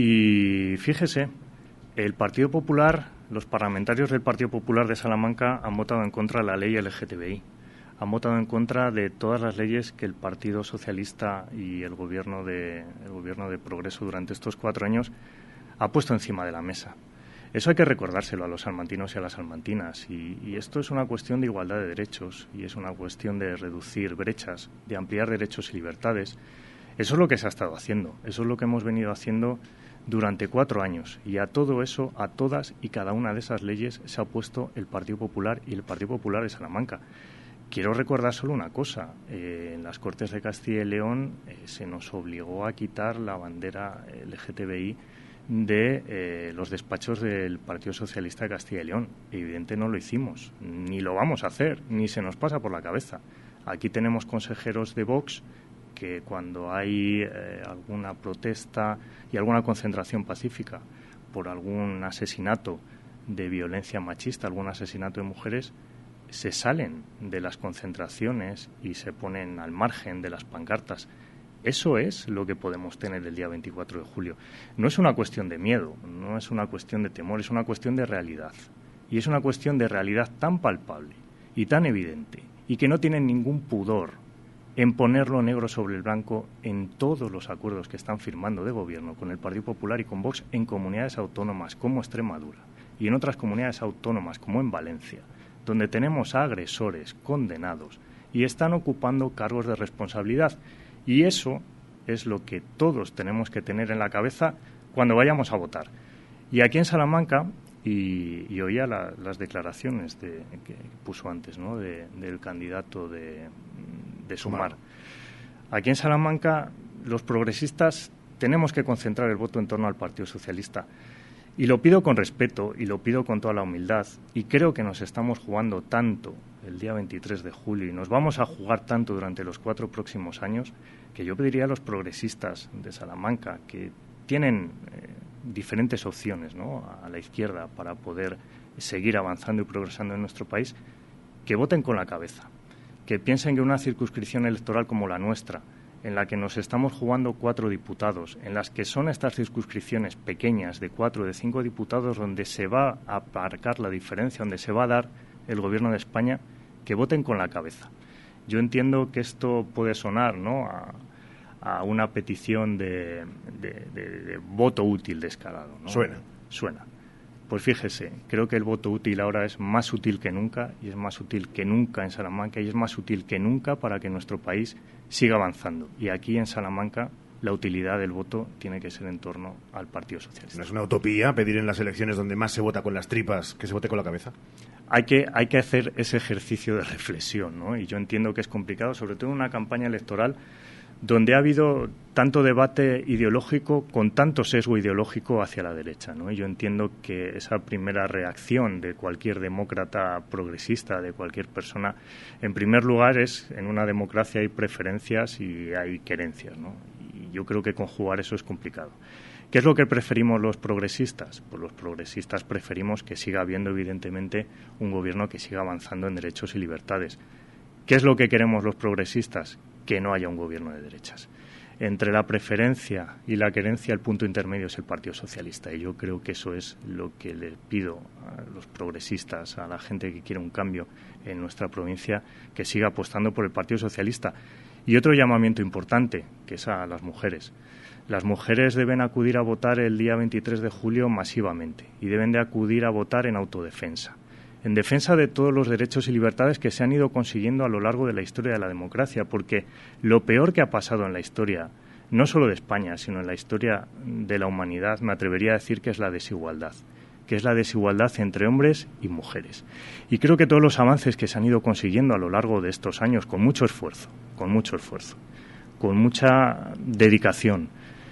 Y fíjese, el Partido Popular, los parlamentarios del Partido Popular de Salamanca han votado en contra de la ley L G T B I. Han votado en contra de todas las leyes que el Partido Socialista y el gobierno de, el gobierno de Progreso durante estos cuatro años ha puesto encima de la mesa. Eso hay que recordárselo a los salmantinos y a las salmantinas, y, y esto es una cuestión de igualdad de derechos, y es una cuestión de reducir brechas, de ampliar derechos y libertades. Eso es lo que se ha estado haciendo, eso es lo que hemos venido haciendo durante cuatro años, y a todo eso, a todas y cada una de esas leyes se ha opuesto el Partido Popular y el Partido Popular de Salamanca. Quiero recordar solo una cosa, eh, en las Cortes de Castilla y León eh, se nos obligó a quitar la bandera L G T B I de eh, los despachos del Partido Socialista de Castilla y León. Evidente no lo hicimos, ni lo vamos a hacer, ni se nos pasa por la cabeza. Aquí tenemos consejeros de Vox que cuando hay eh, alguna protesta y alguna concentración pacífica por algún asesinato de violencia machista, algún asesinato de mujeres, se salen de las concentraciones y se ponen al margen de las pancartas. Eso es lo que podemos tener el día veinticuatro de julio. No es una cuestión de miedo, no es una cuestión de temor, es una cuestión de realidad. Y es una cuestión de realidad tan palpable y tan evidente, y que no tienen ningún pudor en ponerlo negro sobre el blanco en todos los acuerdos que están firmando de gobierno con el Partido Popular y con Vox en comunidades autónomas como Extremadura y en otras comunidades autónomas como en Valencia, donde tenemos a agresores condenados y están ocupando cargos de responsabilidad. Y eso es lo que todos tenemos que tener en la cabeza cuando vayamos a votar. Y aquí en Salamanca, y, y oía la, las declaraciones de, que puso antes, ¿no?, de, del candidato de, de Sumar. Aquí en Salamanca, los progresistas tenemos que concentrar el voto en torno al Partido Socialista. Y lo pido con respeto y lo pido con toda la humildad. Y creo que nos estamos jugando tanto el día veintitrés de julio y nos vamos a jugar tanto durante los cuatro próximos años que yo pediría a los progresistas de Salamanca, que tienen eh, diferentes opciones, ¿no?, a la izquierda para poder seguir avanzando y progresando en nuestro país, que voten con la cabeza, que piensen que una circunscripción electoral como la nuestra, en la que nos estamos jugando cuatro diputados, en las que son estas circunscripciones pequeñas de cuatro, de cinco diputados, donde se va a marcar la diferencia, donde se va a dar el Gobierno de España, que voten con la cabeza. Yo entiendo que esto puede sonar, ¿no?, a, a una petición de, de, de, de voto útil descarado, ¿no? Suena. Suena. Pues fíjese, creo que el voto útil ahora es más útil que nunca, y es más útil que nunca en Salamanca, y es más útil que nunca para que nuestro país siga avanzando. Y aquí en Salamanca la utilidad del voto tiene que ser en torno al Partido Socialista. ¿No es una utopía pedir en las elecciones donde más se vota con las tripas que se vote con la cabeza? Hay que, hay que hacer ese ejercicio de reflexión, ¿no? Y yo entiendo que es complicado, sobre todo en una campaña electoral donde ha habido tanto debate ideológico con tanto sesgo ideológico hacia la derecha, ¿no? Y yo entiendo que esa primera reacción de cualquier demócrata progresista, de cualquier persona, en primer lugar es, en una democracia hay preferencias y hay querencias, ¿no? Y yo creo que conjugar eso es complicado. ¿Qué es lo que preferimos los progresistas? Pues los progresistas preferimos que siga habiendo, evidentemente, un gobierno que siga avanzando en derechos y libertades. ¿Qué es lo que queremos los progresistas? Que no haya un gobierno de derechas. Entre la preferencia y la querencia, el punto intermedio es el Partido Socialista, y yo creo que eso es lo que le pido a los progresistas, a la gente que quiere un cambio en nuestra provincia, que siga apostando por el Partido Socialista. Y otro llamamiento importante, que es a las mujeres. Las mujeres deben acudir a votar el día veintitrés de julio masivamente, y deben de acudir a votar en autodefensa, en defensa de todos los derechos y libertades que se han ido consiguiendo a lo largo de la historia de la democracia, porque lo peor que ha pasado en la historia, no solo de España, sino en la historia de la humanidad, me atrevería a decir que es la desigualdad, que es la desigualdad entre hombres y mujeres. Y creo que todos los avances que se han ido consiguiendo a lo largo de estos años, con mucho esfuerzo, con mucho esfuerzo, con mucha dedicación,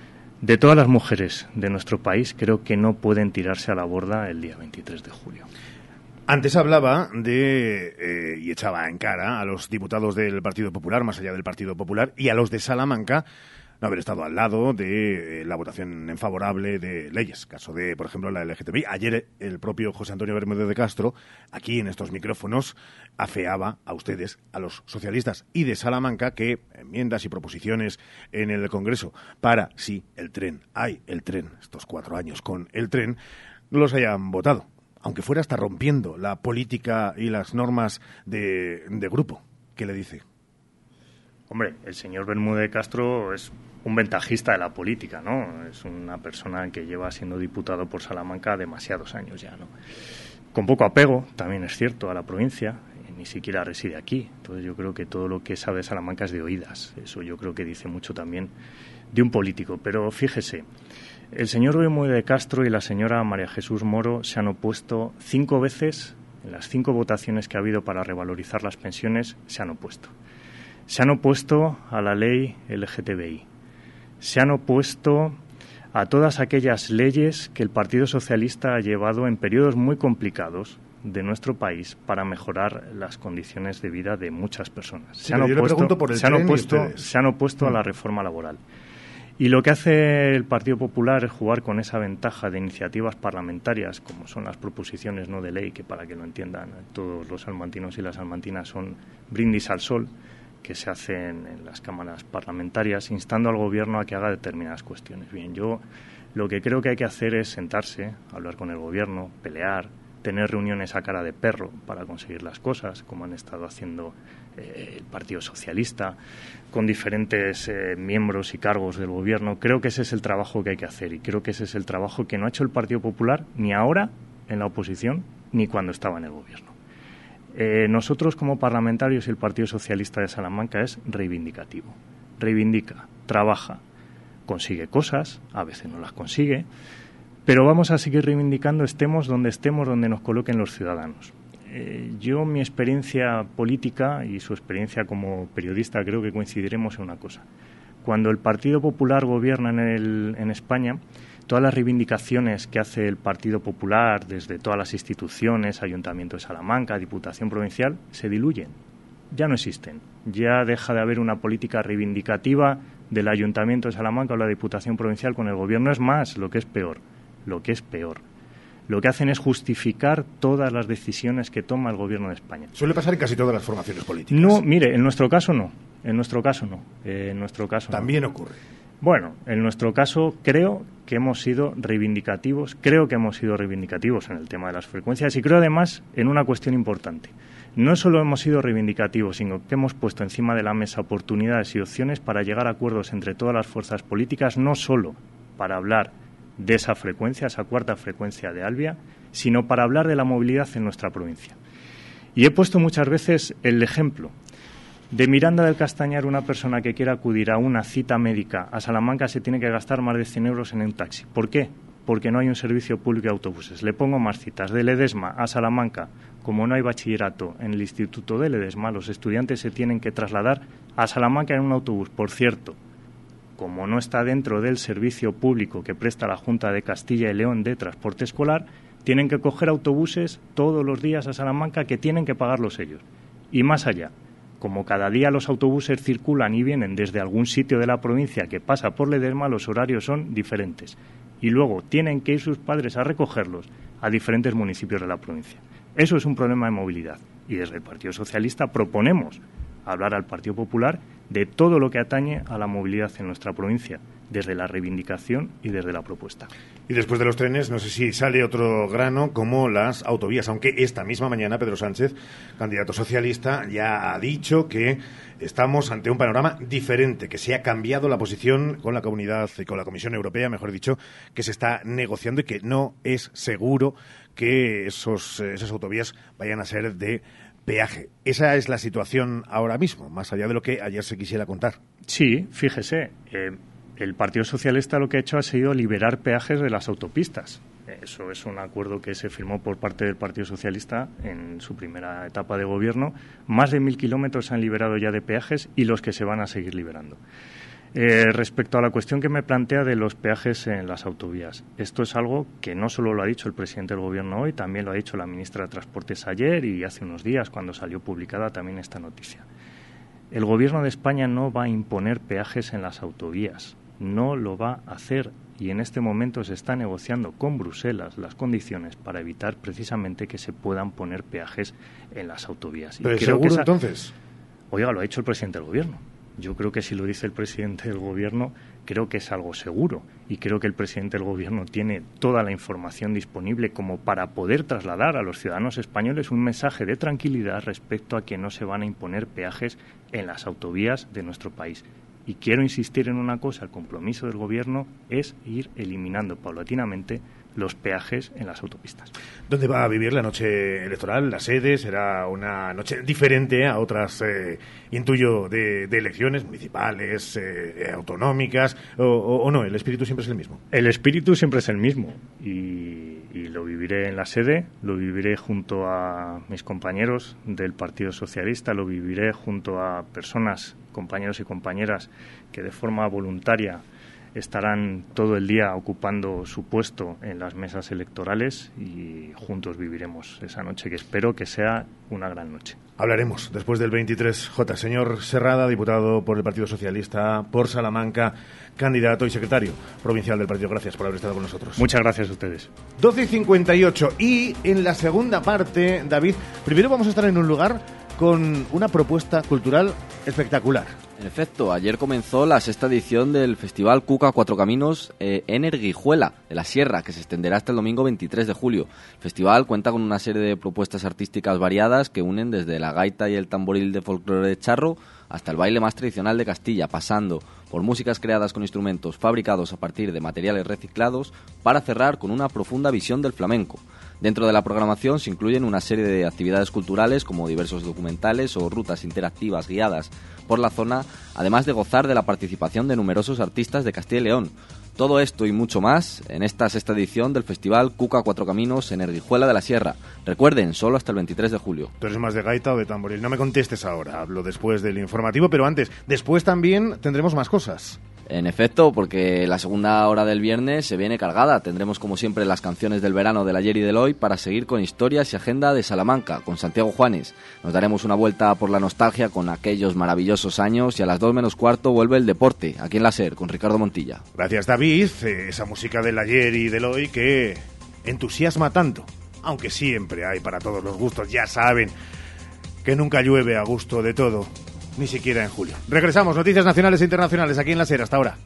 de todas las mujeres de nuestro país, creo que no pueden tirarse a la borda el día veintitrés de julio. Antes hablaba de, eh, y echaba en cara a los diputados del Partido Popular, más allá del Partido Popular, y a los de Salamanca, no haber estado al lado de eh, la votación en favorable de leyes, caso de, por ejemplo, la L G T B I. Ayer el propio José Antonio Bermúdez de Castro, aquí en estos micrófonos, afeaba a ustedes, a los socialistas y de Salamanca, que enmiendas y proposiciones en el Congreso para, sí, el tren, hay el tren, estos cuatro años con el tren, no los hayan votado, aunque fuera hasta rompiendo la política y las normas de, de grupo. ¿Qué le dice? Hombre, el señor Bermúdez de Castro es un ventajista de la política, ¿no? Es una persona que lleva siendo diputado por Salamanca demasiados años ya, ¿no? Con poco apego, también es cierto, a la provincia, eh, ni siquiera reside aquí. Entonces yo creo que todo lo que sabe de Salamanca es de oídas. Eso yo creo que dice mucho también de un político. Pero fíjese, el señor Bermúdez de Castro y la señora María Jesús Moro se han opuesto cinco veces, en las cinco votaciones que ha habido para revalorizar las pensiones, se han opuesto. Se han opuesto a la ley L G T B I. Se han opuesto a todas aquellas leyes que el Partido Socialista ha llevado en periodos muy complicados de nuestro país para mejorar las condiciones de vida de muchas personas. Sí, se han opuesto, por el se han opuesto, se han opuesto mm. a la reforma laboral. Y lo que hace el Partido Popular es jugar con esa ventaja de iniciativas parlamentarias, como son las proposiciones no de ley, que para que lo entiendan todos los salmantinos y las salmantinas son brindis al sol, que se hacen en las cámaras parlamentarias, instando al Gobierno a que haga determinadas cuestiones. Bien, yo lo que creo que hay que hacer es sentarse, hablar con el Gobierno, pelear, tener reuniones a cara de perro para conseguir las cosas, como han estado haciendo eh, el Partido Socialista, con diferentes eh, miembros y cargos del Gobierno. Creo que ese es el trabajo que hay que hacer, y creo que ese es el trabajo que no ha hecho el Partido Popular ni ahora en la oposición ni cuando estaba en el Gobierno. Eh, nosotros como parlamentarios y el Partido Socialista de Salamanca es reivindicativo. Reivindica, trabaja, consigue cosas, a veces no las consigue, pero vamos a seguir reivindicando, estemos donde estemos, donde nos coloquen los ciudadanos. Eh, yo, mi experiencia política y su experiencia como periodista, creo que coincidiremos en una cosa. Cuando el Partido Popular gobierna en, el, en España, todas las reivindicaciones que hace el Partido Popular desde todas las instituciones, Ayuntamiento de Salamanca, Diputación Provincial, se diluyen, ya no existen. Ya deja de haber una política reivindicativa del Ayuntamiento de Salamanca o la Diputación Provincial con el Gobierno. Es más, lo que es peor, lo que es peor. Lo que hacen es justificar todas las decisiones que toma el Gobierno de España. Suele pasar en casi todas las formaciones políticas. No, mire, en nuestro caso no. En nuestro caso no. Eh, en nuestro caso También no. ocurre. Bueno, en nuestro caso creo que hemos sido reivindicativos, creo que hemos sido reivindicativos en el tema de las frecuencias y creo además en una cuestión importante. No solo hemos sido reivindicativos, sino que hemos puesto encima de la mesa oportunidades y opciones para llegar a acuerdos entre todas las fuerzas políticas, no solo para hablar de esa frecuencia, esa cuarta frecuencia de Alvia, sino para hablar de la movilidad en nuestra provincia. Y he puesto muchas veces el ejemplo de Miranda del Castañar. Una persona que quiera acudir a una cita médica a Salamanca se tiene que gastar más de cien euros en un taxi. ¿Por qué? Porque no hay un servicio público de autobuses. Le pongo más citas. De Ledesma a Salamanca, como no hay bachillerato en el Instituto de Ledesma, los estudiantes se tienen que trasladar a Salamanca en un autobús. Por cierto, como no está dentro del servicio público que presta la Junta de Castilla y León de transporte escolar, tienen que coger autobuses todos los días a Salamanca que tienen que pagarlos ellos. Y más allá, como cada día los autobuses circulan y vienen desde algún sitio de la provincia que pasa por Ledesma, los horarios son diferentes. Y luego tienen que ir sus padres a recogerlos a diferentes municipios de la provincia. Eso es un problema de movilidad. Y desde el Partido Socialista proponemos hablar al Partido Popular de todo lo que atañe a la movilidad en nuestra provincia, desde la reivindicación y desde la propuesta. Y después de los trenes, no sé si sale otro grano como las autovías, aunque esta misma mañana Pedro Sánchez, candidato socialista, ya ha dicho que estamos ante un panorama diferente, que se ha cambiado la posición con la Comunidad y con la Comisión Europea, mejor dicho, que se está negociando y que no es seguro que esos, esas autovías vayan a ser de peaje. Esa es la situación ahora mismo, más allá de lo que ayer se quisiera contar. Sí, fíjese, eh, el Partido Socialista lo que ha hecho ha sido liberar peajes de las autopistas. Eso es un acuerdo que se firmó por parte del Partido Socialista en su primera etapa de gobierno. Más de mil kilómetros se han liberado ya de peajes y los que se van a seguir liberando. Eh, respecto a la cuestión que me plantea de los peajes en las autovías, esto es algo que no solo lo ha dicho el presidente del Gobierno hoy, también lo ha dicho la ministra de Transportes ayer y hace unos días cuando salió publicada también esta noticia. El Gobierno de España no va a imponer peajes en las autovías, no lo va a hacer y en este momento se está negociando con Bruselas las condiciones para evitar precisamente que se puedan poner peajes en las autovías. ¿Pero es seguro esa... entonces? Oiga, lo ha dicho el presidente del Gobierno. Yo creo que si lo dice el presidente del Gobierno, creo que es algo seguro y creo que el presidente del Gobierno tiene toda la información disponible como para poder trasladar a los ciudadanos españoles un mensaje de tranquilidad respecto a que no se van a imponer peajes en las autovías de nuestro país. Y quiero insistir en una cosa, el compromiso del Gobierno es ir eliminando paulatinamente los peajes en las autopistas. ¿Dónde va a vivir la noche electoral? ¿La sede será una noche diferente a otras, eh, intuyo, de, de elecciones municipales, eh, autonómicas, o, o, o no? ¿El espíritu siempre es el mismo? El espíritu siempre es el mismo y, y lo viviré en la sede, lo viviré junto a mis compañeros del Partido Socialista, lo viviré junto a personas, compañeros y compañeras que de forma voluntaria estarán todo el día ocupando su puesto en las mesas electorales y juntos viviremos esa noche que espero que sea una gran noche. Hablaremos después del veintitrés J. Señor Serrada, diputado por el Partido Socialista por Salamanca, candidato y secretario provincial del partido. Gracias por haber estado con nosotros. Muchas gracias a ustedes. doce y cincuenta y ocho y en la segunda parte, David, primero vamos a estar en un lugar con una propuesta cultural espectacular. En efecto, ayer comenzó la sexta edición del Festival Cuca Cuatro Caminos eh, en Erguijuela, de la Sierra, que se extenderá hasta el domingo veintitrés de julio. El festival cuenta con una serie de propuestas artísticas variadas que unen desde la gaita y el tamboril de folclore de charro hasta el baile más tradicional de Castilla, pasando por músicas creadas con instrumentos fabricados a partir de materiales reciclados, para cerrar con una profunda visión del flamenco. Dentro de la programación se incluyen una serie de actividades culturales como diversos documentales o rutas interactivas guiadas por la zona, además de gozar de la participación de numerosos artistas de Castilla y León. Todo esto y mucho más en esta sexta edición del Festival Cuca Cuatro Caminos en Erguijuela de la Sierra. Recuerden, solo hasta el veintitrés de julio. ¿Tú eres más de gaita o de tamboril? No me contestes ahora, hablo después del informativo, pero antes, después también tendremos más cosas. En efecto, porque la segunda hora del viernes se viene cargada. Tendremos como siempre las canciones del verano del ayer y del hoy para seguir con historias y agenda de Salamanca, con Santiago Juanes. Nos daremos una vuelta por la nostalgia con aquellos maravillosos años y a las dos menos cuarto vuelve el deporte, aquí en la SER, con Ricardo Montilla. Gracias, David. Esa música del ayer y del hoy que entusiasma tanto, aunque siempre hay para todos los gustos, ya saben que nunca llueve a gusto de todo. Ni siquiera en julio. Regresamos, noticias nacionales e internacionales aquí en la SER. Hasta ahora.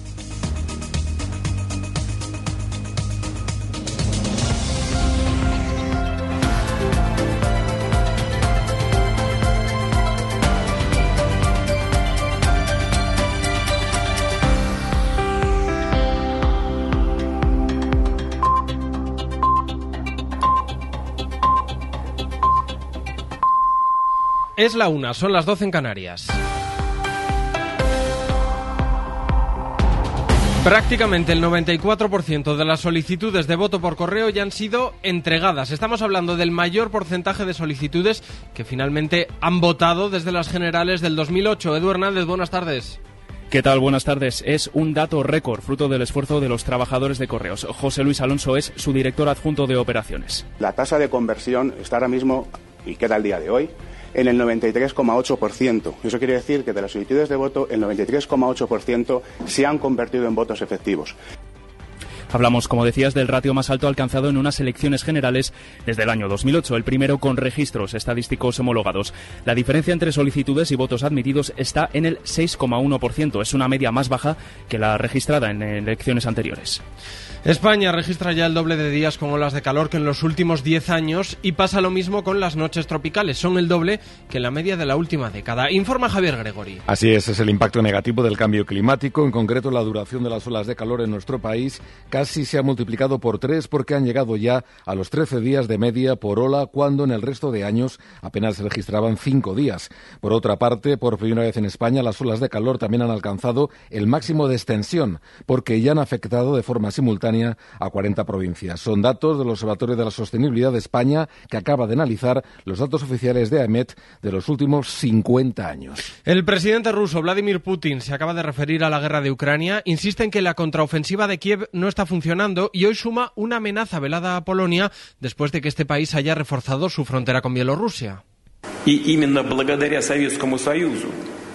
Es la una, son las doce en Canarias. Prácticamente el noventa y cuatro por ciento de las solicitudes de voto por correo ya han sido entregadas. Estamos hablando del mayor porcentaje de solicitudes que finalmente han votado desde las generales del dos mil ocho. Edu Hernández, buenas tardes. ¿Qué tal? Buenas tardes. Es un dato récord, fruto del esfuerzo de los trabajadores de Correos. José Luis Alonso es su director adjunto de operaciones. La tasa de conversión está ahora mismo, y queda el día de hoy, en el noventa y tres coma ocho por ciento. Eso quiere decir que de las solicitudes de voto, el noventa y tres coma ocho por ciento se han convertido en votos efectivos. Hablamos, como decías, del ratio más alto alcanzado en unas elecciones generales desde el año dos mil ocho, el primero con registros estadísticos homologados. La diferencia entre solicitudes y votos admitidos está en el seis coma uno por ciento. Es una media más baja que la registrada en elecciones anteriores. España registra ya el doble de días con olas de calor que en los últimos diez años y pasa lo mismo con las noches tropicales. Son el doble que en la media de la última década. Informa Javier Gregori. Así es, es el impacto negativo del cambio climático. En concreto, la duración de las olas de calor en nuestro país casi se ha multiplicado por tres porque han llegado ya a los trece días de media por ola, cuando en el resto de años apenas se registraban cinco días. Por otra parte, por primera vez en España, las olas de calor también han alcanzado el máximo de extensión porque ya han afectado de forma simultánea a cuarenta provincias. Son datos del Observatorio de la Sostenibilidad de España, que acaba de analizar los datos oficiales de AEMET de los últimos cincuenta años. El presidente ruso Vladimir Putin se acaba de referir a la guerra de Ucrania, insiste en que la contraofensiva de Kiev no está funcionando y hoy suma una amenaza velada a Polonia después de que este país haya reforzado su frontera con Bielorrusia. Y именно благодаря Советскому Союзу.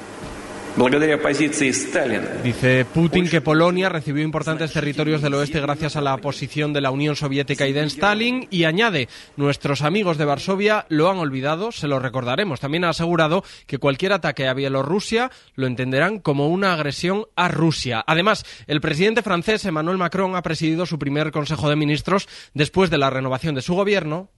Dice Putin que Polonia recibió importantes territorios del oeste gracias a la posición de la Unión Soviética y de Stalin, y añade, nuestros amigos de Varsovia lo han olvidado, se lo recordaremos. También ha asegurado que cualquier ataque a Bielorrusia lo entenderán como una agresión a Rusia. Además, el presidente francés Emmanuel Macron ha presidido su primer Consejo de Ministros después de la renovación de su gobierno.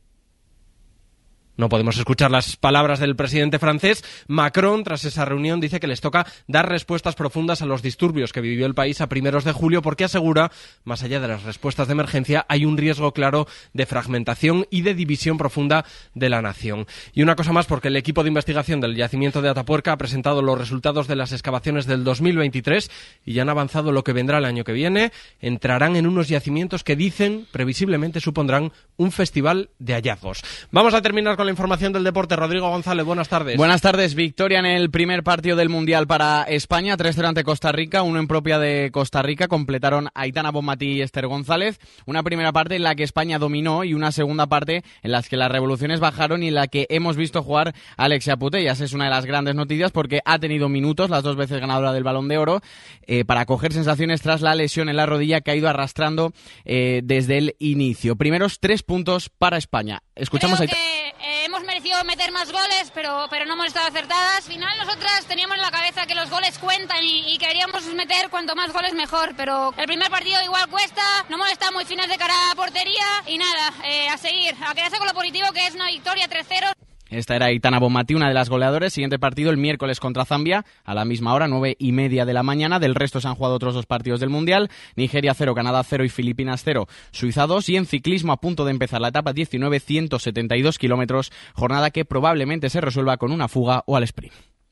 No podemos escuchar las palabras del presidente francés. Macron, tras esa reunión, dice que les toca dar respuestas profundas a los disturbios que vivió el país a primeros de julio, porque asegura, más allá de las respuestas de emergencia, hay un riesgo claro de fragmentación y de división profunda de la nación. Y una cosa más, porque el equipo de investigación del yacimiento de Atapuerca ha presentado los resultados de las excavaciones del dos mil veintitrés y ya han avanzado lo que vendrá el año que viene. Entrarán en unos yacimientos que dicen, previsiblemente supondrán un festival de hallazgos. Vamos a terminar con la información del deporte. Rodrigo González, buenas tardes. Buenas tardes. Victoria en el primer partido del Mundial para España, tres cero ante Costa Rica, uno en propia de Costa Rica. Completaron Aitana Bonmatí y Esther González. Una primera parte en la que España dominó y una segunda parte en la que las revoluciones bajaron y en la que hemos visto jugar a Alexia Putellas. Es una de las grandes noticias porque ha tenido minutos, las dos veces ganadora del Balón de Oro, eh, para coger sensaciones tras la lesión en la rodilla que ha ido arrastrando eh, desde el inicio. Primeros tres puntos para España. Escuchamos Creo a que eh, hemos merecido meter más goles, pero, pero no hemos estado acertadas. Al final nosotras teníamos en la cabeza que los goles cuentan y, y queríamos meter cuanto más goles mejor, pero el primer partido igual cuesta, no hemos estado muy finas de cara a portería y nada, eh, a seguir, a quedarse con lo positivo que es una victoria tres cero. Esta era Aitana Bonmatí, una de las goleadoras. Siguiente partido el miércoles contra Zambia, a la misma hora, nueve y media de la mañana. Del resto se han jugado otros dos partidos del Mundial. Nigeria cero, Canadá cero y Filipinas cero, Suiza dos. Y en ciclismo, a punto de empezar la etapa diecinueve, ciento setenta y dos kilómetros. Jornada que probablemente se resuelva con una fuga o al sprint.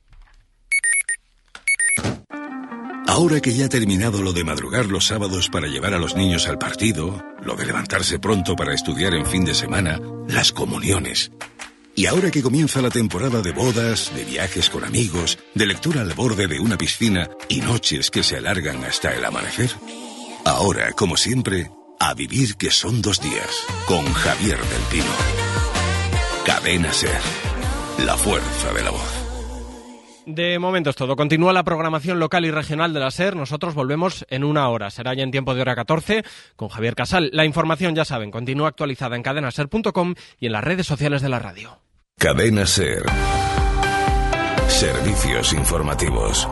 Ahora que ya ha terminado lo de madrugar los sábados para llevar a los niños al partido, lo de levantarse pronto para estudiar en fin de semana, las comuniones, Y ahora que comienza la temporada de bodas, de viajes con amigos, de lectura al borde de una piscina y noches que se alargan hasta el amanecer, ahora, como siempre, a vivir que son dos días, con Javier del Pino. Cadena SER, la fuerza de la voz. De momento es todo. Continúa la programación local y regional de la SER. Nosotros volvemos en una hora. Será ya en tiempo de hora catorce con Javier Casal. La información, ya saben, continúa actualizada en cadena ser punto com y en las redes sociales de la radio. Cadena SER. Servicios informativos.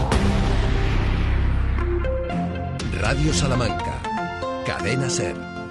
Radio Salamanca. Cadena SER.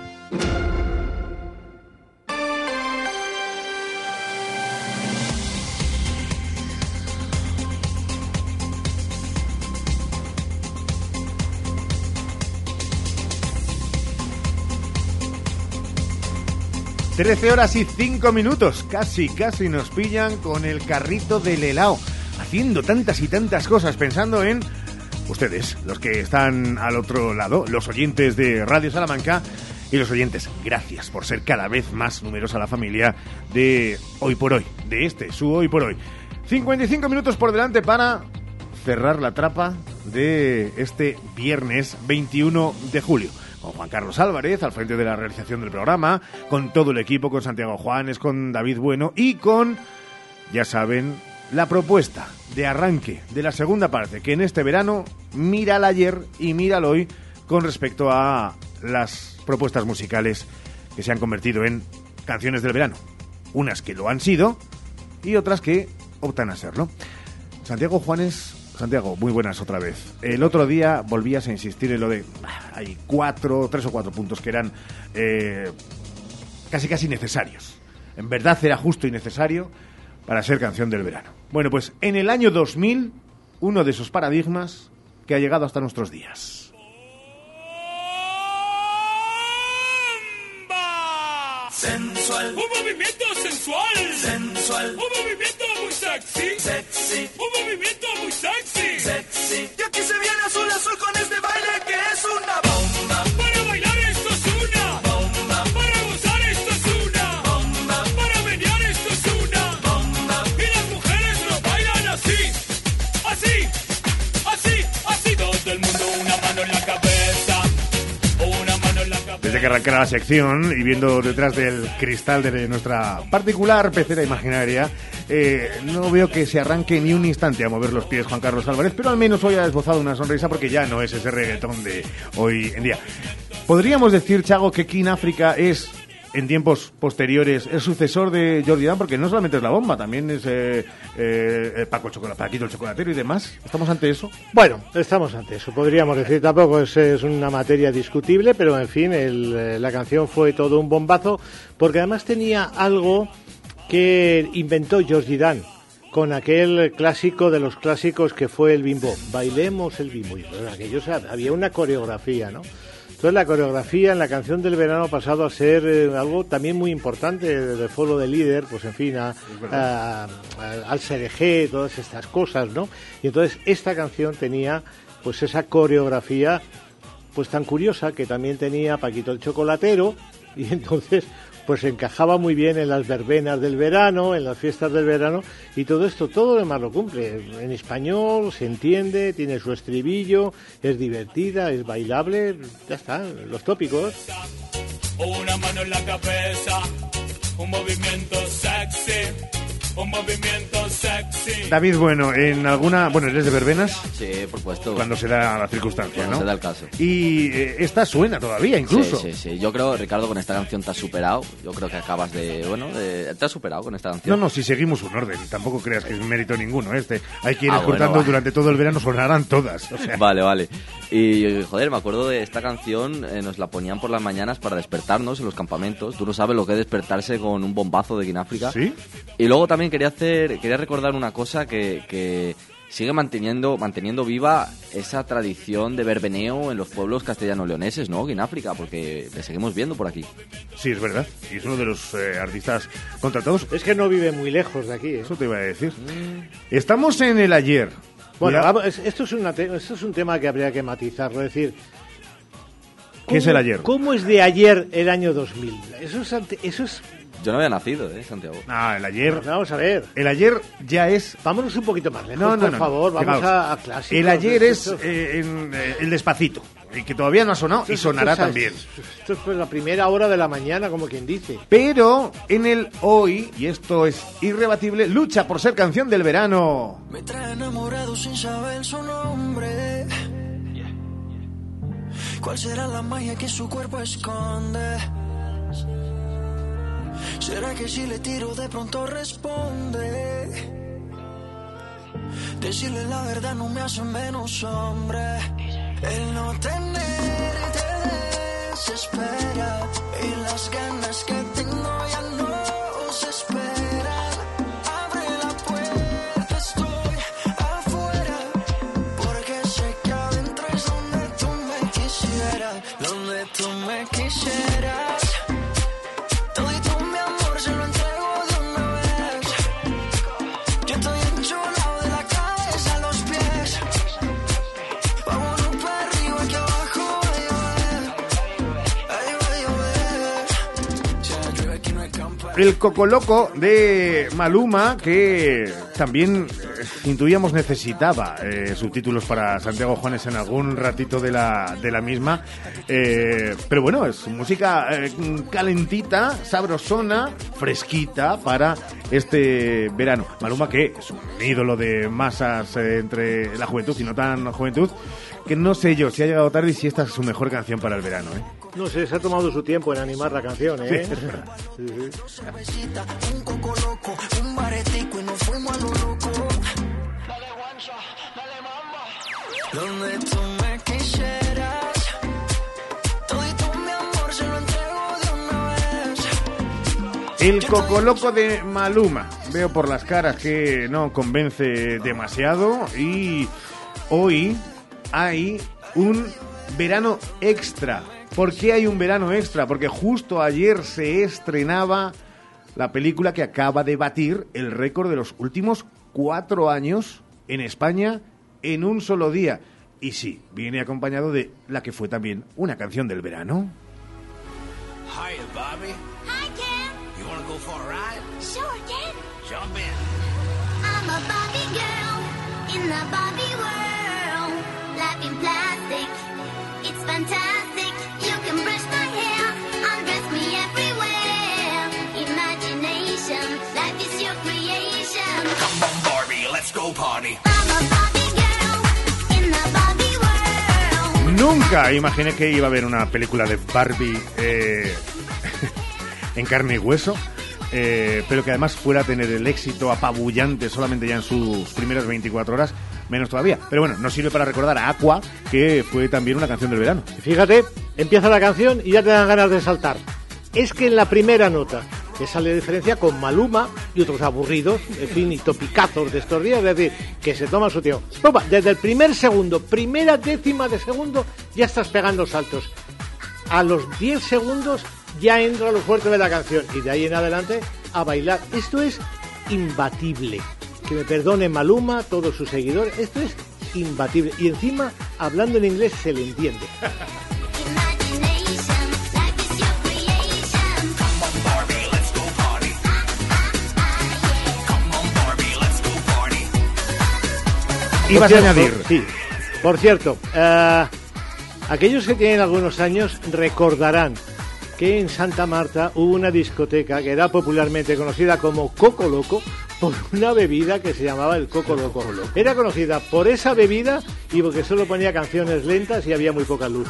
trece horas y cinco minutos, casi, casi nos pillan con el carrito del helado, haciendo tantas y tantas cosas, pensando en ustedes, los que están al otro lado, los oyentes de Radio Salamanca y los oyentes. Gracias por ser cada vez más numerosa la familia de Hoy por Hoy, de este, su Hoy por Hoy. cincuenta y cinco minutos por delante para cerrar la trapa de este viernes veintiuno de julio. Con Juan Carlos Álvarez al frente de la realización del programa, con todo el equipo, con Santiago Juanes, con David Bueno y con, ya saben, la propuesta de arranque de la segunda parte, que en este verano mira al ayer y mira al hoy con respecto a las propuestas musicales que se han convertido en canciones del verano. Unas que lo han sido y otras que optan a serlo. Santiago Juanes... Santiago, muy buenas otra vez. El otro día volvías a insistir en lo de... Hay cuatro, tres o cuatro puntos que eran eh, casi casi necesarios. En verdad era justo y necesario para ser canción del verano. Bueno, pues en el año dos mil, uno de esos paradigmas que ha llegado hasta nuestros días. Sensual, un movimiento sensual, sensual, un movimiento muy sexy, sexy, un movimiento muy sexy, sexy. Y aquí se viene azul azul con este baile que es una bomba. Para bailar esto es una bomba, para gozar esto es una bomba, para menear esto es una bomba. Y las mujeres lo bailan así, así, así, así. Todo el mundo una mano en la cabeza, una mano en la cabeza. Desde que arrancara la sección y viendo detrás del cristal de nuestra particular pecera imaginaria, eh, no veo que se arranque ni un instante a mover los pies Juan Carlos Álvarez, pero al menos hoy ha esbozado una sonrisa porque ya no es ese reggaetón de hoy en día. ¿Podríamos decir, Chago, que King África es, en tiempos posteriores, el sucesor de Jordi Dan? Porque no solamente es la bomba, también es eh, eh, Paco el Chocolate, Paquito el Chocolatero y demás. ¿Estamos ante eso? Bueno, estamos ante eso, podríamos decir. Tampoco es, es una materia discutible, pero en fin, el, la canción fue todo un bombazo, porque además tenía algo que inventó Jordi Dan con aquel clásico de los clásicos que fue el bimbo. Bailemos el bimbo. Y bueno, aquello, o sea, había una coreografía, ¿no? Entonces la coreografía en la canción del verano ha pasado a ser eh, algo también muy importante de foro de líder, pues en fin, a, a, a, al C D G, todas estas cosas, ¿no? Y entonces esta canción tenía pues esa coreografía pues tan curiosa que también tenía Paquito el Chocolatero, y entonces pues encajaba muy bien en las verbenas del verano, en las fiestas del verano, y todo esto, todo lo demás lo cumple. En español, se entiende, tiene su estribillo, es divertida, es bailable, ya está, los tópicos. Una mano en la cabeza, un movimiento sexy, un movimiento sexy. David, bueno, en alguna... Bueno, ¿eres de verbenas? Sí, por supuesto. Cuando se da la circunstancia, Cuando ¿no? se da el caso. Y eh, esta suena todavía, incluso. Sí, sí, sí. Yo creo, Ricardo, con esta canción te has superado. Yo creo que acabas de... Bueno, de, te has superado con esta canción. No, no, si seguimos un orden. Tampoco creas que es mérito ninguno. Este. Hay que ir ah, escuchando bueno, durante todo el verano, sonarán todas. O sea. Vale, vale. Y, joder, me acuerdo de esta canción, eh, nos la ponían por las mañanas para despertarnos en los campamentos. Tú no sabes lo que es despertarse con un bombazo de King África. ¿Sí? Y luego también quería hacer... Quería recordar una cosa que, que sigue manteniendo manteniendo viva esa tradición de verbeneo en los pueblos castellano-leoneses, ¿no? En África, porque le seguimos viendo por aquí. Sí, es verdad. Y es uno de los eh, artistas contratados. Es que no vive muy lejos de aquí, ¿eh? Eso te iba a decir. Mm. Estamos en el ayer. Bueno, vamos, esto, es una te- esto es un tema que habría que matizarlo. Es decir, ¿qué es el ayer? ¿Cómo es de ayer el año dos mil? Eso es, ante- eso es Yo no había nacido, ¿eh, Santiago? No, el ayer... Vamos a ver. El ayer ya es... Vámonos un poquito más lejos, no, no, por no, favor. no, Vamos fijaos, a, a clásicos. El ayer es Esto- eh, en, eh, el Despacito, y que todavía no ha sonado y esto- sonará esto es- también. Esto es pues la primera hora de la mañana, como quien dice. Pero en el hoy, y esto es irrebatible, lucha por ser canción del verano. Me trae enamorado sin saber su nombre. ¿Cuál será la magia que su cuerpo esconde? ¿Será que si le tiro de pronto responde? Decirle la verdad no me hace menos hombre. El no tener te desespera y las ganas que tengo ya no se esperan. Abre la puerta, estoy afuera, porque sé que adentro es donde tú me quisieras, donde tú me quisieras. Todito mi amor se lo entrego de una vez. Yo estoy enchulado de la cabeza a los pies. Vámonos para arriba que abajo va a llover. Ay, va a llover. Si la llueve aquí no hay campo. El Cocoloco de Maluma, que también eh, intuíamos necesitaba eh, subtítulos para Santiago Juanes en algún ratito de la, de la misma. Eh, pero bueno, es música eh, calentita, sabrosona, fresquita para este verano. Maluma, que es un ídolo de masas eh, entre la juventud y no tan juventud, que no sé yo si ha llegado tarde y si esta es su mejor canción para el verano, ¿eh? No sé, se ha tomado su tiempo en animar la canción, ¿eh? Sí, es verdad. Sí, sí. Cabecita, un coco loco, un baretico y nos fuimos a lo loco. Dale guancha, dale mamba. Donde tú me quisieras, todito mi amor se lo entrego de una vez. El Cocoloco de Maluma. Veo por las caras que no convence demasiado y hoy hay un verano extra. ¿Por qué hay un verano extra? Porque justo ayer se estrenaba la película que acaba de batir el récord de los últimos cuatro años en España en un solo día. Y sí, viene acompañado de la que fue también una canción del verano. Hi, Bobby. Hi, Ken. You wanna go for a ride? Sure, Ken. Jump in. I'm a Barbie girl in the Barbie world. Life in plastic, it's fantastic. You can brush my hair, undress me everywhere. Imagination, life is your creation. Come on, Barbie, let's go party. I'm a Barbie girl in the Barbie world. Nunca imaginé que iba a haber una película de Barbie eh, en carne y hueso, eh, pero que además fuera a tener el éxito apabullante solamente ya en sus primeras veinticuatro horas, menos todavía. Pero bueno, nos sirve para recordar a Aqua, que fue también una canción del verano. Fíjate, empieza la canción y ya te dan ganas de saltar. Es que en la primera nota, que sale de diferencia con Maluma y otros aburridos, en fin, y topicazos de estos días, es decir, que se toma su tiempo. Opa, desde el primer segundo, primera décima de segundo, ya estás pegando saltos. A los diez segundos ya entra lo fuerte de la canción y de ahí en adelante a bailar. Esto es imbatible. Que me perdone Maluma, todos sus seguidores, esto es imbatible. Y encima, hablando en inglés, se le entiende. ¿Ibas a añadir? Sí. Por cierto, uh, aquellos que tienen algunos años recordarán que en Santa Marta hubo una discoteca que era popularmente conocida como Coco Loco por una bebida que se llamaba el Coco Loco. Era conocida por esa bebida y porque solo ponía canciones lentas y había muy poca luz.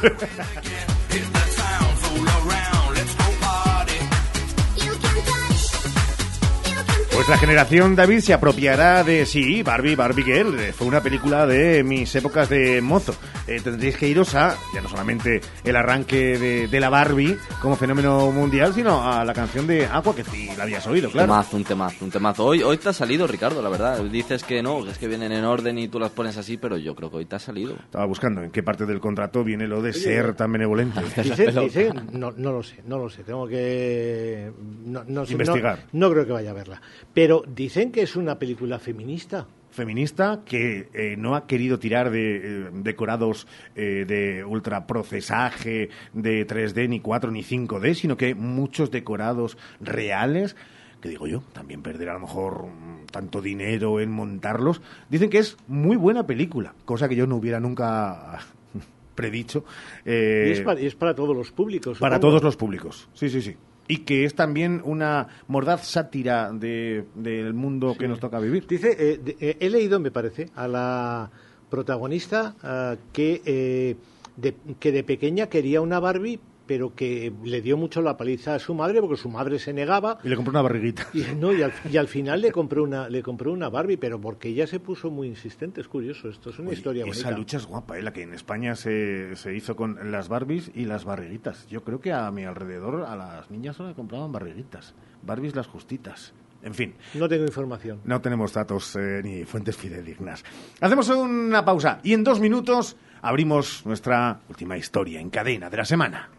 Pues la generación David se apropiará de, sí, Barbie, Barbie Girl, eh, fue una película de mis épocas de mozo. Eh, tendréis que iros a, ya no solamente el arranque de, de la Barbie como fenómeno mundial, sino a la canción de Aqua, que sí la habías oído, claro. Temazo, un temazo, un temazo. Hoy, hoy te ha salido, Ricardo, la verdad. Dices que no, que es que vienen en orden y tú las pones así, pero yo creo que hoy te ha salido. Estaba buscando en qué parte del contrato viene lo de Oye, ser tan benevolente. Dice, dice, no, no lo sé, no lo sé, tengo que no, no sé, investigar. No, no creo que vaya a verla. Pero dicen que es una película feminista. feminista que eh, no ha querido tirar de eh, decorados eh, de ultraprocesaje, de tres D, ni cuatro, ni cinco D, sino que muchos decorados reales, que digo yo, también perder a lo mejor mm, tanto dinero en montarlos. Dicen que es muy buena película, cosa que yo no hubiera nunca predicho. Eh, y, es para, y es para todos los públicos. Para supongo. todos los públicos, sí, sí, sí. Y que es también una mordaz sátira de, del mundo sí. que nos toca vivir. Dice, eh, de, eh, he leído, me parece, a la protagonista uh, que, eh, de, que de pequeña quería una Barbie, pero que le dio mucho la paliza a su madre porque su madre se negaba. Y le compró una barriguita. Y, no, y, al, y al final le compró una le compró una Barbie, pero porque ella se puso muy insistente. Es curioso, esto es una Oye, historia esa bonita. Esa lucha es guapa, ¿eh? La que en España se, se hizo con las Barbies y las barriguitas. Yo creo que a mi alrededor a las niñas solo le compraban barriguitas. Barbies las justitas. En fin. No tengo información. No tenemos datos eh, ni fuentes fidedignas. Hacemos una pausa y en dos minutos abrimos nuestra última historia en cadena de la semana.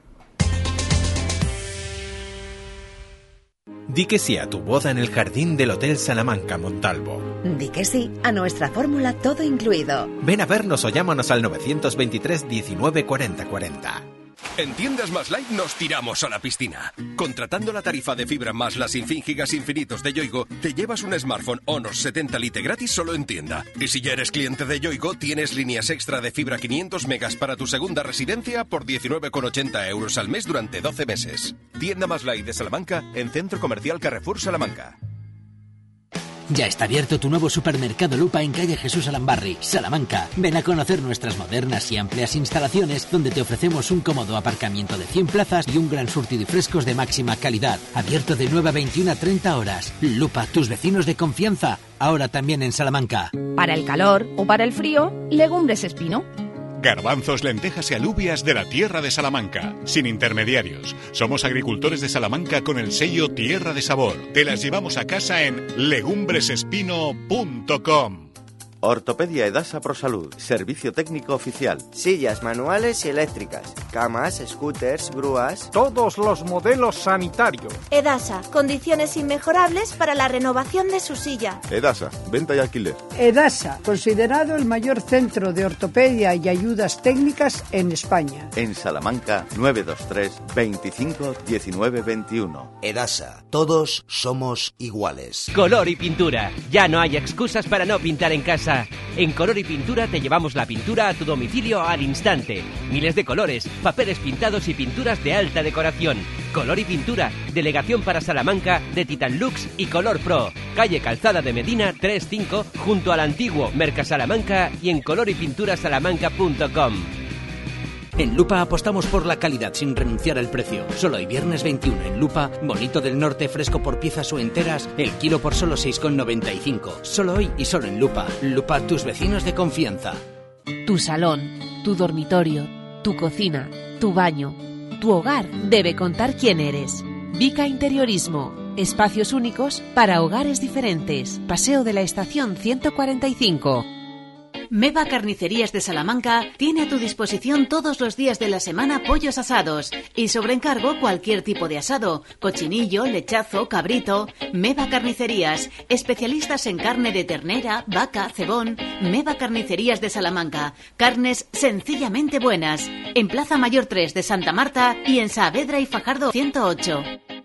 Di que sí a tu boda en el jardín del Hotel Salamanca Montalvo. Di que sí a nuestra fórmula todo incluido. Ven a vernos o llámanos al nueve dos tres, diecinueve, cuarenta, cuarenta. En Tiendas Más Light nos tiramos a la piscina. Contratando la tarifa de fibra más las sin fin gigas infinitos de Yoigo, te llevas un smartphone Honor setenta Lite gratis solo en tienda. Y si ya eres cliente de Yoigo, tienes líneas extra de fibra quinientos megas para tu segunda residencia por diecinueve con ochenta euros al mes durante doce meses. Tienda Más Light de Salamanca, en Centro Comercial Carrefour Salamanca. Ya está abierto tu nuevo supermercado Lupa en calle Jesús Alambarri, Salamanca. Ven a conocer nuestras modernas y amplias instalaciones donde te ofrecemos un cómodo aparcamiento de cien plazas y un gran surtido y frescos de máxima calidad. Abierto de nueve a veintiuna a treinta horas. Lupa, tus vecinos de confianza, ahora también en Salamanca. Para el calor o para el frío, Legumbres Espino. Garbanzos, lentejas y alubias de la tierra de Salamanca, sin intermediarios. Somos agricultores de Salamanca con el sello Tierra de Sabor. Te las llevamos a casa en legumbresespino punto com. Ortopedia Edasa Prosalud, servicio técnico oficial. Sillas manuales y eléctricas, camas, scooters, grúas. Todos los modelos sanitarios. Edasa, condiciones inmejorables para la renovación de su silla. Edasa, venta y alquiler. Edasa, considerado el mayor centro de ortopedia y ayudas técnicas en España. En Salamanca, nueve dos tres, veinticinco, diecinueve, veintiuno. Edasa, todos somos iguales. Color y pintura. Ya no hay excusas para no pintar en casa. En Color y Pintura te llevamos la pintura a tu domicilio al instante. Miles de colores, papeles pintados y pinturas de alta decoración. Color y Pintura, delegación para Salamanca de Titan Lux y Color Pro. Calle Calzada de Medina tres cinco, junto al antiguo Mercasalamanca y en color y pintura salamanca punto com. En Lupa apostamos por la calidad sin renunciar al precio. Solo hoy viernes veintiuno en Lupa, bonito del norte fresco por piezas o enteras, el kilo por solo seis con noventa y cinco. Solo hoy y solo en Lupa. Lupa, tus vecinos de confianza. Tu salón, tu dormitorio, tu cocina, tu baño, tu hogar debe contar quién eres. Vica Interiorismo. Espacios únicos para hogares diferentes. Paseo de la Estación ciento cuarenta y cinco. Meva Carnicerías de Salamanca tiene a tu disposición todos los días de la semana pollos asados y sobre encargo cualquier tipo de asado, cochinillo, lechazo, cabrito. Meva Carnicerías, especialistas en carne de ternera, vaca, cebón. Meva Carnicerías de Salamanca, carnes sencillamente buenas. En Plaza Mayor tres de Santa Marta y en Saavedra y Fajardo ciento ocho.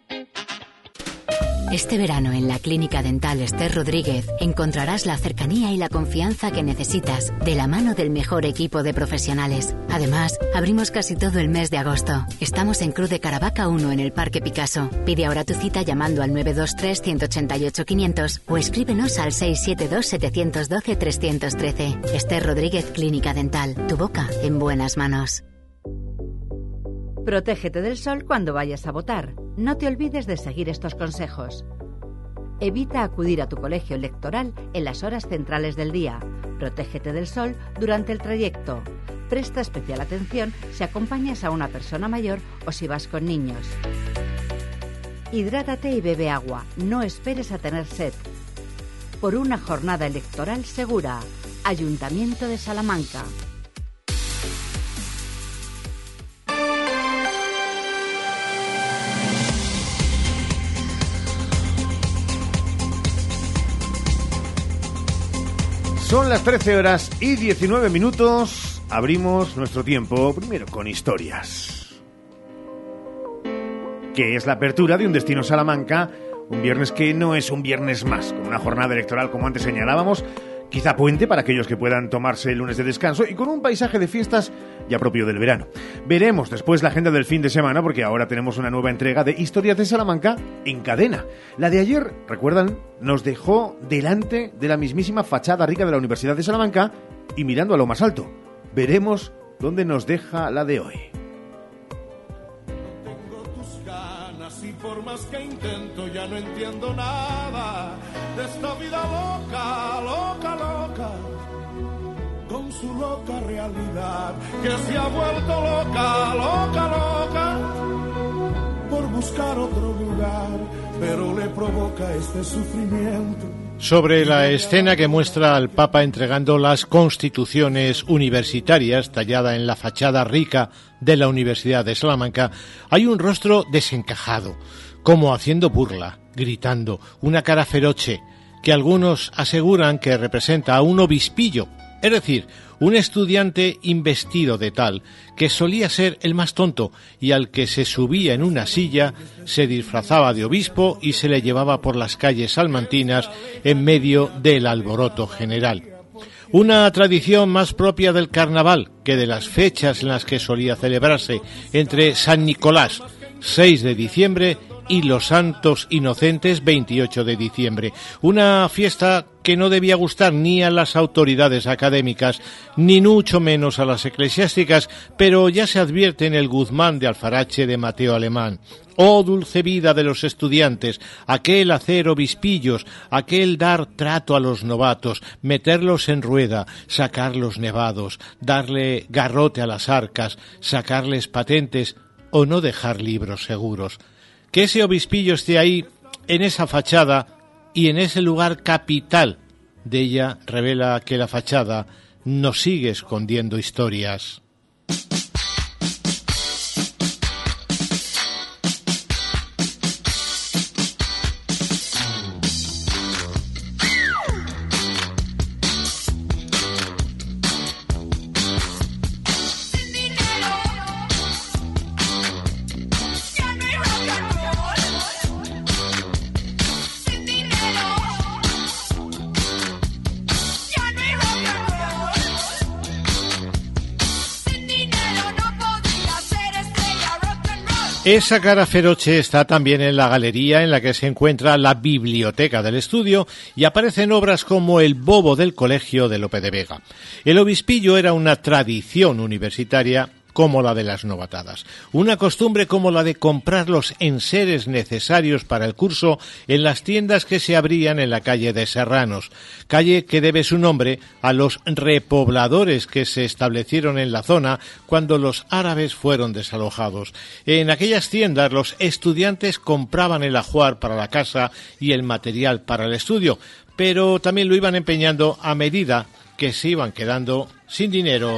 Este verano en la Clínica Dental Esther Rodríguez encontrarás la cercanía y la confianza que necesitas de la mano del mejor equipo de profesionales. Además, abrimos casi todo el mes de agosto. Estamos en Cruz de Caravaca uno en el Parque Picasso. Pide ahora tu cita llamando al nueve dos tres, uno ocho ocho, quinientos o escríbenos al seis siete dos, siete uno dos, tres uno tres. Esther Rodríguez Clínica Dental. Tu boca en buenas manos. Protégete del sol cuando vayas a votar. No te olvides de seguir estos consejos. Evita acudir a tu colegio electoral en las horas centrales del día. Protégete del sol durante el trayecto. Presta especial atención si acompañas a una persona mayor o si vas con niños. Hidrátate y bebe agua. No esperes a tener sed. Por una jornada electoral segura. Ayuntamiento de Salamanca. Son las trece horas y diecinueve minutos. Abrimos nuestro tiempo primero con historias. Que es la apertura de Un Destino Salamanca, un viernes que no es un viernes más, con una jornada electoral como antes señalábamos, quizá puente para aquellos que puedan tomarse el lunes de descanso y con un paisaje de fiestas ya propio del verano. Veremos después la agenda del fin de semana porque ahora tenemos una nueva entrega de Historias de Salamanca en cadena. La de ayer, recuerdan, nos dejó delante de la mismísima fachada rica de la Universidad de Salamanca y mirando a lo más alto. Veremos dónde nos deja la de hoy. Y por más que intento ya no entiendo nada de esta vida loca, loca, loca, con su loca realidad que se ha vuelto loca, loca, loca, por buscar otro lugar, pero le provoca este sufrimiento. Sobre la escena que muestra al Papa entregando las constituciones universitarias, tallada en la fachada rica de la Universidad de Salamanca, hay un rostro desencajado, como haciendo burla, gritando, una cara feroce, que algunos aseguran que representa a un obispillo, es decir, un estudiante investido de tal, que solía ser el más tonto y al que se subía en una silla, se disfrazaba de obispo y se le llevaba por las calles salmantinas en medio del alboroto general. Una tradición más propia del carnaval que de las fechas en las que solía celebrarse entre San Nicolás, seis de diciembre, y los Santos Inocentes, veintiocho de diciembre. Una fiesta que no debía gustar ni a las autoridades académicas, ni mucho menos a las eclesiásticas, pero ya se advierte en el Guzmán de Alfarache de Mateo Alemán. Oh dulce vida de los estudiantes, aquel hacer obispillos, aquel dar trato a los novatos, meterlos en rueda, sacarlos nevados, darle garrote a las arcas, sacarles patentes o no dejar libros seguros. Que ese obispillo esté ahí, en esa fachada y en ese lugar capital de ella, revela que la fachada nos sigue escondiendo historias. Esa cara feroche está también en la galería en la que se encuentra la biblioteca del estudio y aparecen obras como El bobo del colegio de Lope de Vega. El obispillo era una tradición universitaria como la de las novatadas, una costumbre como la de comprar los enseres necesarios para el curso en las tiendas que se abrían en la calle de Serranos, calle que debe su nombre a los repobladores que se establecieron en la zona cuando los árabes fueron desalojados. En aquellas tiendas los estudiantes compraban el ajuar para la casa y el material para el estudio, pero también lo iban empeñando a medida que se iban quedando sin dinero.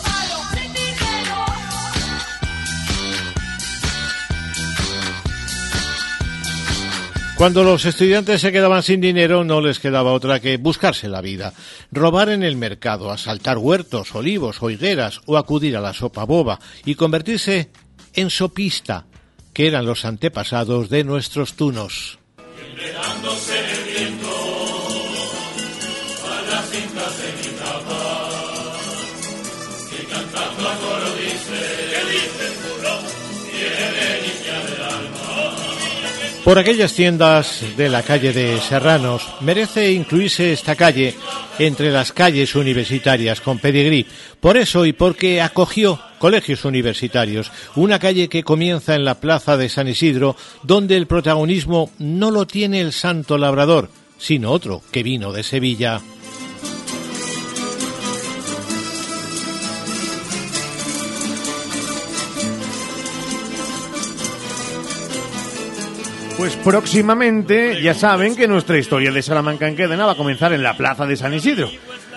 Cuando los estudiantes se quedaban sin dinero, no les quedaba otra que buscarse la vida, robar en el mercado, asaltar huertos, olivos o higueras o acudir a la sopa boba y convertirse en sopista, que eran los antepasados de nuestros tunos. Por aquellas tiendas de la calle de Serranos merece incluirse esta calle entre las calles universitarias con pedigrí. Por eso y porque acogió colegios universitarios, una calle que comienza en la plaza de San Isidro, donde el protagonismo no lo tiene el Santo Labrador, sino otro que vino de Sevilla. Pues próximamente ya saben que nuestra historia de Salamanca en cadena va a comenzar en la plaza de San Isidro.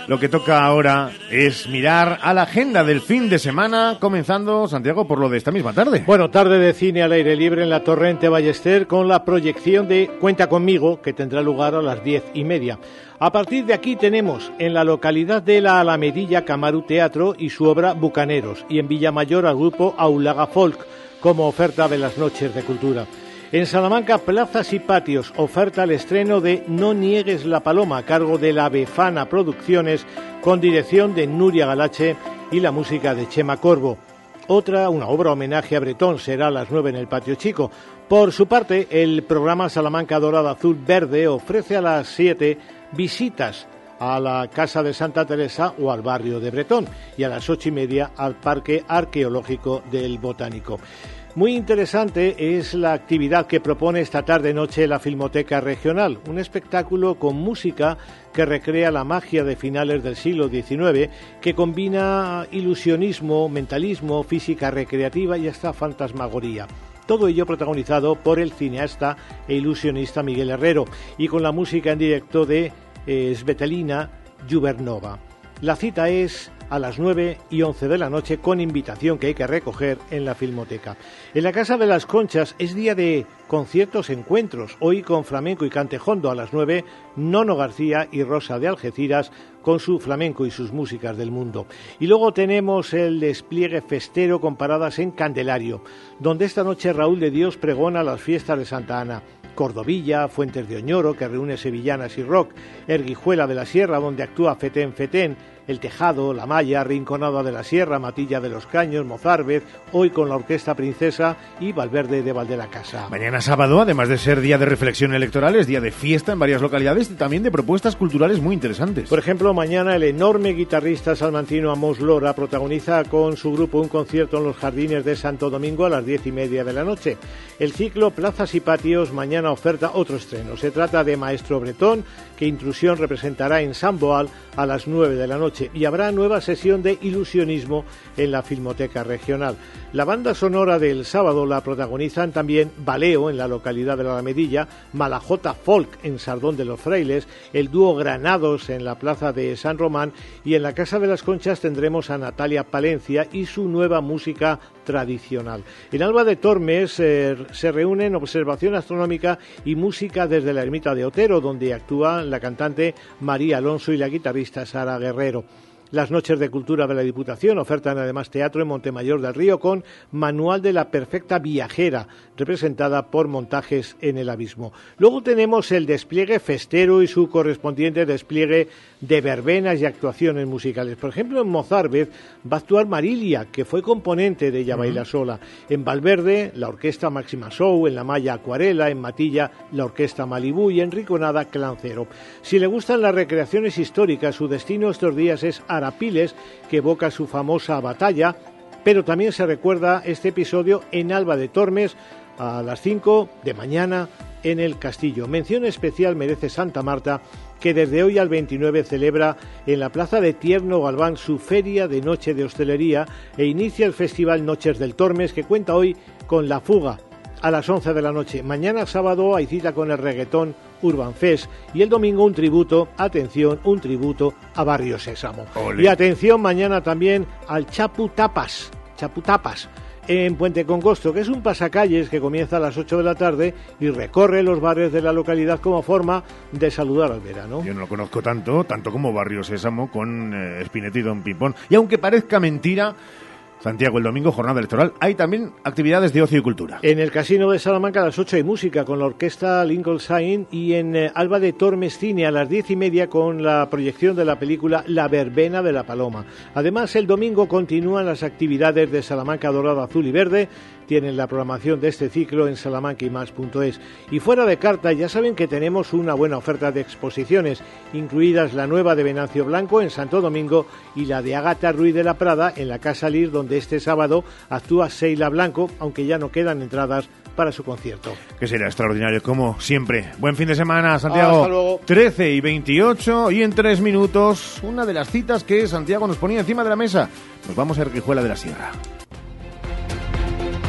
Lo que toca ahora es mirar a la agenda del fin de semana, comenzando, Santiago, por lo de esta misma tarde. Bueno, tarde de cine al aire libre en la Torrente Ballester con la proyección de Cuenta conmigo, que tendrá lugar a las diez y media. A partir de aquí tenemos en la localidad de La Alamedilla Camaru Teatro y su obra Bucaneros, y en Villamayor al grupo Aulaga Folk como oferta de las noches de cultura. En Salamanca, plazas y patios, oferta el estreno de No niegues la paloma, a cargo de la Befana Producciones, con dirección de Nuria Galache y la música de Chema Corvo. Otra, una obra homenaje a Bretón, será a las nueve en el Patio Chico. Por su parte, el programa Salamanca Dorada Azul Verde ofrece a las siete visitas a la Casa de Santa Teresa o al barrio de Bretón, y a las ocho y media al Parque Arqueológico del Botánico. Muy interesante es la actividad que propone esta tarde-noche la Filmoteca Regional, un espectáculo con música que recrea la magia de finales del siglo diecinueve, que combina ilusionismo, mentalismo, física recreativa y hasta fantasmagoría. Todo ello protagonizado por el cineasta e ilusionista Miguel Herrero y con la música en directo de eh, Svetlana Juvernova. La cita es a las nueve y once de la noche, con invitación que hay que recoger en la Filmoteca. En la Casa de las Conchas es día de conciertos, encuentros, hoy con flamenco y cantejondo a las nueve, Nono García y Rosa de Algeciras con su flamenco y sus músicas del mundo. Y luego tenemos el despliegue festero con paradas en Candelario, donde esta noche Raúl de Dios pregona las fiestas de Santa Ana. Cordovilla, Fuentes de Oñoro, que reúne sevillanas y rock, Erguijuela de la Sierra, donde actúa Fetén Fetén, El Tejado, La Maya, Rinconada de la Sierra, Matilla de los Caños, Mozárvez, hoy con la Orquesta Princesa y Valverde de Valdelacasa. Mañana sábado, además de ser día de reflexión electoral, es día de fiesta en varias localidades y también de propuestas culturales muy interesantes. Por ejemplo, mañana el enorme guitarrista salmantino Amos Lora protagoniza con su grupo un concierto en los Jardines de Santo Domingo a las diez y media de la noche. El ciclo Plazas y Patios mañana oferta otro estreno. Se trata de Maestro Bretón, que Intrusión representará en San Boal a las nueve de la noche, y habrá nueva sesión de ilusionismo en la Filmoteca Regional. La banda sonora del sábado la protagonizan también Baleo en la localidad de La Alamedilla, Malajota Folk en Sardón de los Frailes, el dúo Granados en la plaza de San Román, y en la Casa de las Conchas tendremos a Natalia Palencia y su nueva música tradicional. En Alba de Tormes eh, se reúnen observación astronómica y música desde la ermita de Otero, donde actúan la cantante María Alonso y la guitarrista Sara Guerrero. Las noches de cultura de la Diputación ofertan además teatro en Montemayor del Río con Manual de la Perfecta Viajera, representada por Montajes en el Abismo. Luego tenemos el despliegue festero y su correspondiente despliegue de verbenas y actuaciones musicales. Por ejemplo, en Mozárvez va a actuar Marilia, que fue componente de Ella Baila Sola. En Valverde, la Orquesta Máxima Show, en La Maya Acuarela, en Matilla, la Orquesta Malibú y en Rinconada, Clancero. Si le gustan las recreaciones históricas, su destino estos días es Arapiles, que evoca su famosa batalla, pero también se recuerda este episodio en Alba de Tormes a las cinco de mañana en el Castillo. Mención especial merece Santa Marta, que desde hoy al veintinueve celebra en la Plaza de Tierno Galván su feria de noche de hostelería e inicia el Festival Noches del Tormes, que cuenta hoy con La Fuga a las once de la noche. Mañana sábado hay cita con el reggaetón Urban Fest y el domingo un tributo, atención, un tributo a Barrio Sésamo. Olé. Y atención mañana también al Chapu Tapas, Chapu Tapas en Puente Congosto, que es un pasacalles que comienza a las ocho de la tarde y recorre los bares de la localidad como forma de saludar al verano. Yo no lo conozco tanto, tanto como Barrio Sésamo con eh, Spinetti y Don Pimpón. Y aunque parezca mentira, Santiago, el domingo, jornada electoral, hay también actividades de ocio y cultura. En el Casino de Salamanca a las ocho hay música con la orquesta Lincoln Sign, y en eh, Alba de Tormes Cine a las diez y media con la proyección de la película La Verbena de la Paloma. Además, el domingo continúan las actividades de Salamanca Dorada Azul y Verde. Tienen la programación de este ciclo en salamanca y más punto es. Y fuera de carta, ya saben que tenemos una buena oferta de exposiciones, incluidas la nueva de Venancio Blanco en Santo Domingo y la de Ágata Ruiz de la Prada en la Casa Lir, donde este sábado actúa Seila Blanco, aunque ya no quedan entradas para su concierto. Que será extraordinario, como siempre. Buen fin de semana, Santiago. Hasta luego. trece y veintiocho, y en tres minutos, una de las citas que Santiago nos ponía encima de la mesa. Nos vamos a Erguijuela de la Sierra.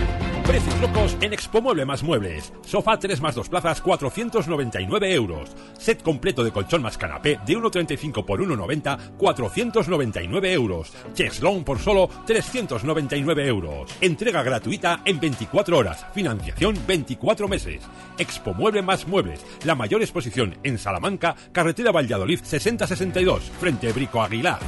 Precios locos en Expomueble más Muebles. Sofá tres más dos plazas, cuatrocientos noventa y nueve euros. Set completo de colchón más canapé de uno treinta y cinco por uno noventa, cuatrocientos noventa y nueve euros. Cheslong por solo trescientos noventa y nueve euros. Entrega gratuita en veinticuatro horas. Financiación veinticuatro meses. Expomueble más Muebles. La mayor exposición en Salamanca, carretera Valladolid sesenta sesenta y dos, frente Brico Aguilar.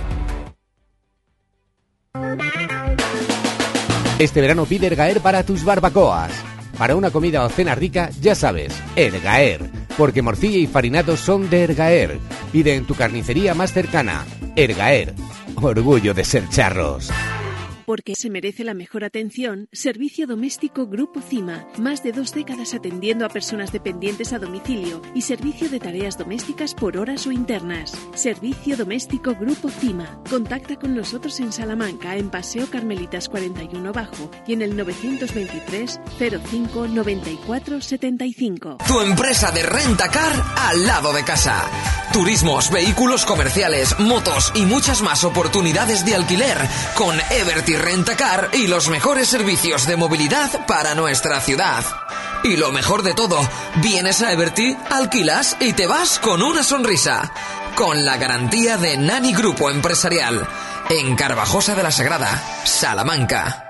Este verano pide Ergaer para tus barbacoas. Para una comida o cena rica, ya sabes, Ergaer. Porque morcilla y farinados son de Ergaer. Pide en tu carnicería más cercana. Ergaer. Orgullo de ser charros. Porque se merece la mejor atención, Servicio Doméstico Grupo CIMA. Más de dos décadas atendiendo a personas dependientes a domicilio y servicio de tareas domésticas por horas o internas. Servicio Doméstico Grupo CIMA. Contacta con nosotros en Salamanca, en Paseo Carmelitas cuarenta y uno Bajo y en el novecientos veintitrés cero cinco noventa y cuatro setenta y cinco. Tu empresa de rentacar al lado de casa. Turismos, vehículos comerciales, motos y muchas más oportunidades de alquiler con Everty Rentacar y los mejores servicios de movilidad para nuestra ciudad. Y lo mejor de todo, vienes a Everty, alquilas y te vas con una sonrisa. Con la garantía de Nani Grupo Empresarial. En Carvajosa de la Sagrada, Salamanca.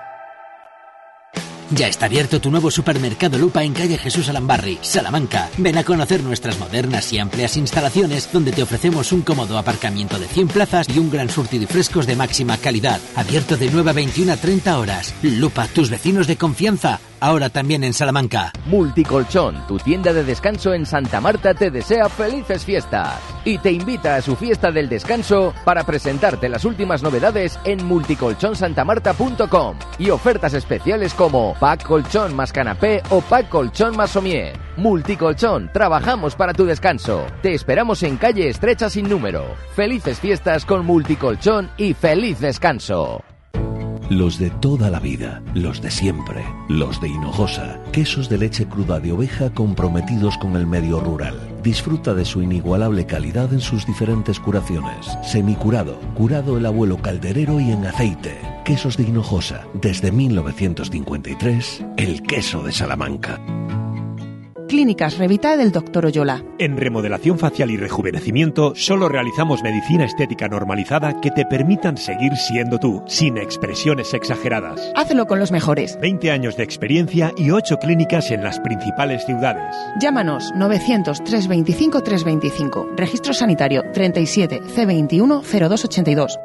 Ya está abierto tu nuevo supermercado Lupa en calle Jesús Alambarri, Salamanca. Ven a conocer nuestras modernas y amplias instalaciones donde te ofrecemos un cómodo aparcamiento de cien plazas y un gran surtido y frescos de máxima calidad. Abierto de nueve a veintiuna a treinta horas. Lupa, tus vecinos de confianza. Ahora también en Salamanca. Multicolchón, tu tienda de descanso en Santa Marta, te desea felices fiestas y te invita a su fiesta del descanso para presentarte las últimas novedades en multicolchón santa marta punto com y ofertas especiales como pack colchón más canapé o pack colchón más somier. Multicolchón, trabajamos para tu descanso. Te esperamos en calle Estrecha sin número. Felices fiestas con Multicolchón y feliz descanso. Los de toda la vida, los de siempre, los de Hinojosa, quesos de leche cruda de oveja comprometidos con el medio rural. Disfruta de su inigualable calidad en sus diferentes curaciones. Semicurado, curado el abuelo calderero y en aceite. Quesos de Hinojosa, desde mil novecientos cincuenta y tres, el queso de Salamanca. Clínicas Revita del doctor Oyola. En remodelación facial y rejuvenecimiento solo realizamos medicina estética normalizada que te permitan seguir siendo tú, sin expresiones exageradas. Hazlo con los mejores. veinte años de experiencia y ocho clínicas en las principales ciudades. Llámanos novecientos tres veinticinco trescientos veinticinco. Registro sanitario treinta y siete C veintiuno cero dos ochenta y dos.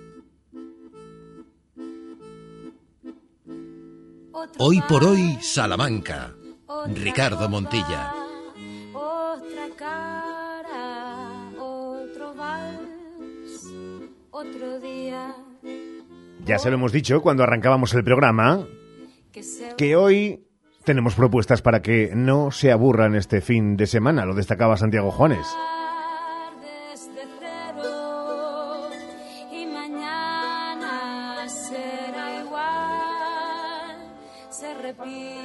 Hoy por hoy, Salamanca. Ricardo Montilla. Otra cara, otro vals, otro día. Ya se lo hemos dicho cuando arrancábamos el programa, que hoy tenemos propuestas para que no se aburran este fin de semana, lo destacaba Santiago Juanes. Desde cero y mañana será igual, se repite.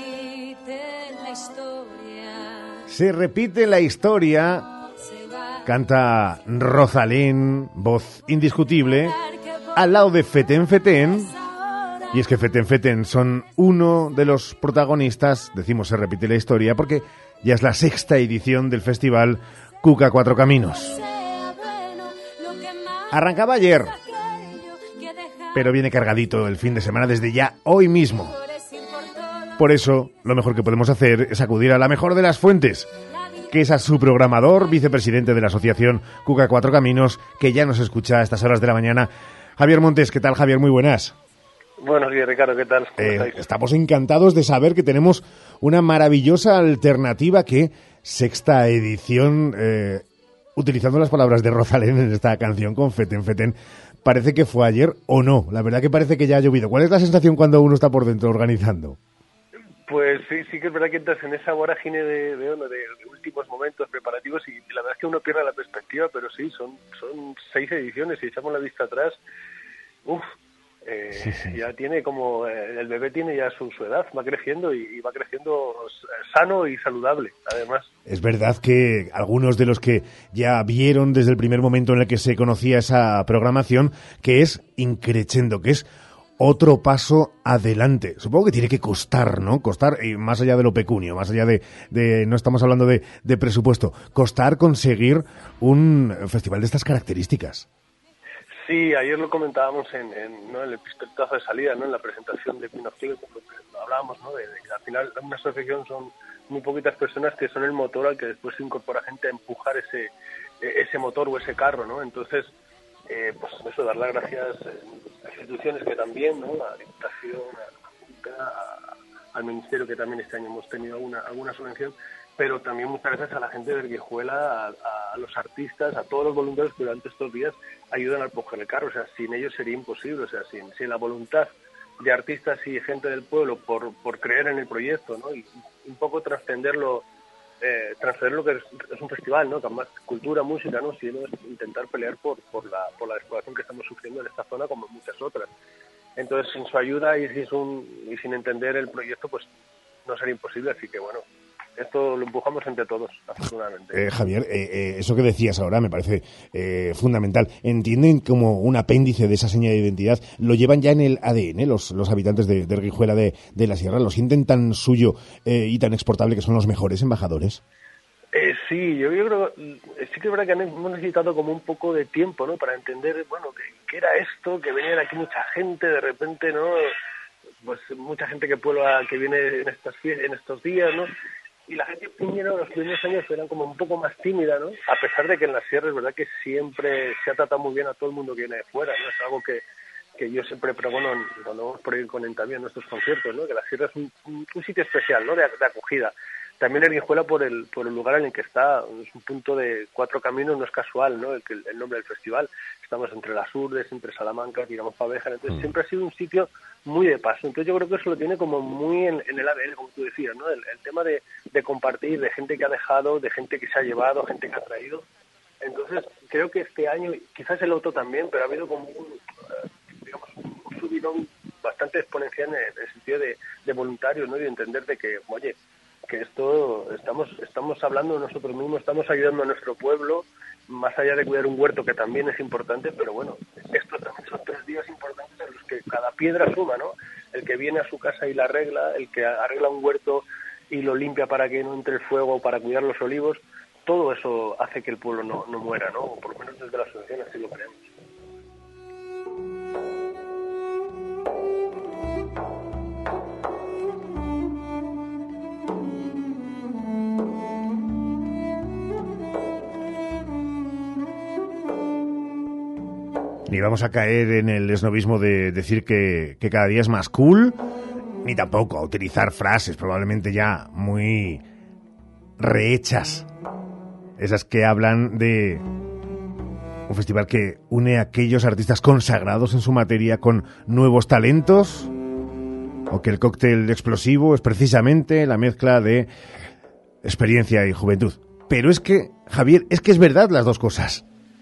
Se repite la historia, canta Rosalén, voz indiscutible, al lado de Feten Feten, y es que Feten Feten son uno de los protagonistas, decimos se repite la historia, porque ya es la sexta edición del festival Cuca Cuatro Caminos. Arrancaba ayer, pero viene cargadito el fin de semana desde ya hoy mismo. Por eso, lo mejor que podemos hacer es acudir a la mejor de las fuentes, que es a su programador, vicepresidente de la asociación Cuca Cuatro Caminos, que ya nos escucha a estas horas de la mañana. Javier Montes, ¿qué tal, Javier? Muy buenas. Buenos días, Ricardo, ¿qué tal? Eh, estamos encantados de saber que tenemos una maravillosa alternativa que sexta edición, eh, utilizando las palabras de Rosalén en esta canción con Feten Feten, parece que fue ayer o no. La verdad que parece que ya ha llovido. ¿Cuál es la sensación cuando uno está por dentro organizando? Pues sí, sí que es verdad que entras en esa vorágine de, de, de, de últimos momentos preparativos y la verdad es que uno pierde la perspectiva, pero sí, son son seis ediciones y echamos la vista atrás, uff, eh, sí, sí. ya tiene como, eh, el bebé tiene ya su, su edad, va creciendo y, y va creciendo sano y saludable, además. Es verdad que algunos de los que ya vieron desde el primer momento en el que se conocía esa programación, que es increchendo, que es otro paso adelante. Supongo que tiene que costar, ¿no? Costar, y más allá de lo pecunio, más allá de, de no estamos hablando de, de presupuesto, costar conseguir un festival de estas características. Sí, ayer lo comentábamos en, en, ¿no? en el pistoletazo de salida, ¿no? En la presentación de Pinocchio, hablábamos, ¿no? De, de que al final una asociación son muy poquitas personas que son el motor al que después se incorpora gente a empujar ese ese motor o ese carro, ¿no? Entonces, eh, pues eso, dar las gracias a instituciones que también, ¿no? A la Diputación, a, a, al Ministerio, que también este año hemos tenido alguna, alguna subvención, pero también muchas gracias a la gente de Erguijuela, a, a los artistas, a todos los voluntarios que durante estos días ayudan a empujar el carro. O sea, sin ellos sería imposible. O sea, sin, sin la voluntad de artistas y gente del pueblo por, por creer en el proyecto, ¿no? Y un poco trascenderlo, eh, transferir lo que es, es un festival, ¿no? Que más cultura, música, ¿no? Sino es intentar pelear por, por la por la despoblación que estamos sufriendo en esta zona como en muchas otras. Entonces, sin su ayuda y sin, un, y sin entender el proyecto, pues no sería imposible. Así que, bueno, esto lo empujamos entre todos, afortunadamente. Eh, Javier, eh, eh, eso que decías ahora me parece eh, fundamental. ¿Entienden como un apéndice de esa seña de identidad? ¿Lo llevan ya en el A D N los, los habitantes de, de Erguijuela de, de la Sierra? ¿Lo sienten tan suyo eh, y tan exportable que son los mejores embajadores? Eh, sí, yo, yo creo, sí que es verdad que hemos necesitado como un poco de tiempo, ¿no? Para entender, bueno, qué, qué era esto, que venía de aquí mucha gente, de repente, ¿no? Pues mucha gente que puebla, que viene en estas en estos días, ¿no? Y la gente primero, los primeros años eran como un poco más tímida, ¿no? A pesar de que en la sierra es verdad que siempre se ha tratado muy bien a todo el mundo que viene de fuera, ¿no? Es algo que, que yo siempre pregono cuando vamos por ir con Entamía en nuestros conciertos, ¿no? Que la sierra es un, un, un sitio especial, ¿no? De, de acogida. También Erguijuela por el por el lugar en el que está, es un punto de cuatro caminos, no es casual, ¿no? El, el nombre del festival. Estamos entre las Urdes, entre Salamanca, tiramos para Béjar, entonces siempre ha sido un sitio muy de paso. Entonces yo creo que eso lo tiene como muy en, en el A D N, como tú decías, ¿no? El, el tema de, de compartir, de gente que ha dejado, de gente que se ha llevado, gente que ha traído. Entonces creo que este año, quizás el otro también, pero ha habido como un, digamos, un subidón bastante exponencial en el sentido de, de voluntarios, ¿no? Y de entender de que, oye, que esto estamos estamos hablando de nosotros mismos, estamos ayudando a nuestro pueblo, más allá de cuidar un huerto que también es importante, pero bueno, estos también son tres días importantes en los que cada piedra suma, ¿no? El que viene a su casa y la arregla, el que arregla un huerto y lo limpia para que no entre el fuego, para cuidar los olivos, todo eso hace que el pueblo no, no muera, ¿no? O por lo menos desde la asociación así lo creemos. Ni vamos a caer en el esnovismo de decir que, que cada día es más cool, ni tampoco a utilizar frases probablemente ya muy rehechas. Esas que hablan de un festival que une a aquellos artistas consagrados en su materia con nuevos talentos, o que el cóctel explosivo es precisamente la mezcla de experiencia y juventud. Pero es que, Javier, es que es verdad las dos cosas.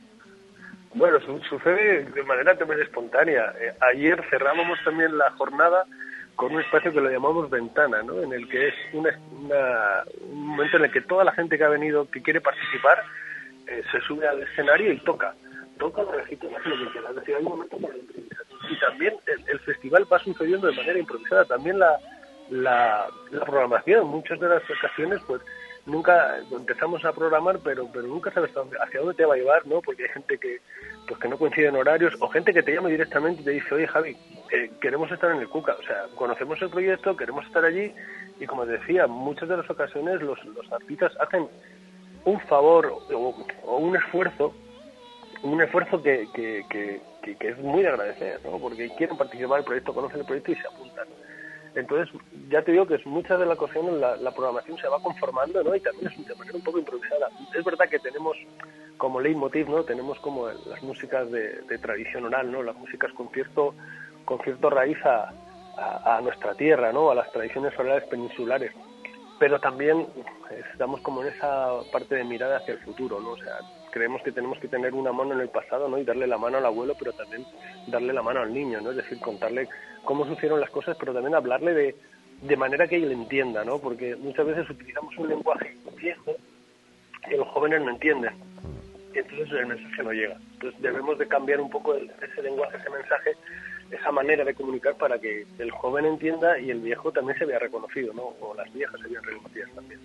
Bueno, su- sucede de manera también espontánea. Eh, ayer cerrábamos también la jornada con un espacio que lo llamamos Ventana, ¿no? En el que es una, una, un momento en el que toda la gente que ha venido, que quiere participar, eh, se sube al escenario y toca. Toca la rejita, hace lo que quiera. Es decir, hay un momento para la improvisación. Y también el, el festival va sucediendo de manera improvisada. También la, la, la programación, muchas de las ocasiones, pues nunca empezamos a programar, pero pero nunca sabes hacia dónde, hacia dónde te va a llevar, ¿no? Porque hay gente que pues que no coincide en horarios, o gente que te llama directamente y te dice, oye, Javi, eh, queremos estar en el Cuca, o sea, conocemos el proyecto, queremos estar allí, y como decía, muchas de las ocasiones los, los artistas hacen un favor o, o un esfuerzo, un esfuerzo que, que, que, que, que es muy de agradecer, ¿no? Porque quieren participar del proyecto, conocen el proyecto y se apuntan. Entonces, ya te digo que es muchas de las ocasiones la, la programación se va conformando, ¿no? Y también es de manera un poco improvisada. Es verdad que tenemos como leitmotiv, ¿no? Tenemos como las músicas de, de tradición oral, ¿no? Las músicas con cierto, con cierto raíz a, a, a nuestra tierra, ¿no? A las tradiciones orales peninsulares. Pero también estamos como en esa parte de mirada hacia el futuro, ¿no? O sea, creemos que tenemos que tener una mano en el pasado, ¿no? Y darle la mano al abuelo, pero también darle la mano al niño, ¿no? Es decir, contarle cómo sucedieron las cosas, pero también hablarle de, de manera que él entienda, ¿no? Porque muchas veces utilizamos un lenguaje viejo que los jóvenes no entienden. Y entonces el mensaje no llega. Entonces debemos de cambiar un poco el, ese lenguaje, ese mensaje, esa manera de comunicar para que el joven entienda y el viejo también se vea reconocido, ¿no? O las viejas se vean reconocidas también.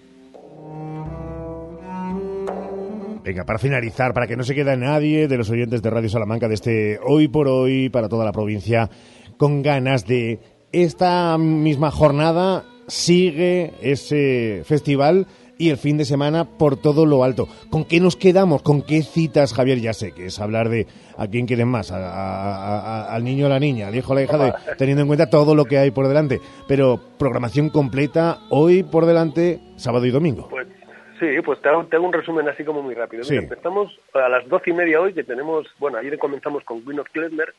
Venga, para finalizar, para que no se quede nadie de los oyentes de Radio Salamanca de este Hoy por Hoy para toda la provincia con ganas de esta misma jornada, sigue ese festival y el fin de semana por todo lo alto. ¿Con qué nos quedamos? ¿Con qué citas, Javier? Ya sé que es hablar de a quién quieren más, a, a, a, al niño o la niña, al hijo o la hija, de, teniendo en cuenta todo lo que hay por delante. Pero programación completa hoy por delante, sábado y domingo. Pues sí, pues te hago, te hago un resumen así como muy rápido. Sí. Mira, empezamos a las doce y media hoy, que tenemos, bueno, ayer comenzamos con Queen of Klezmer,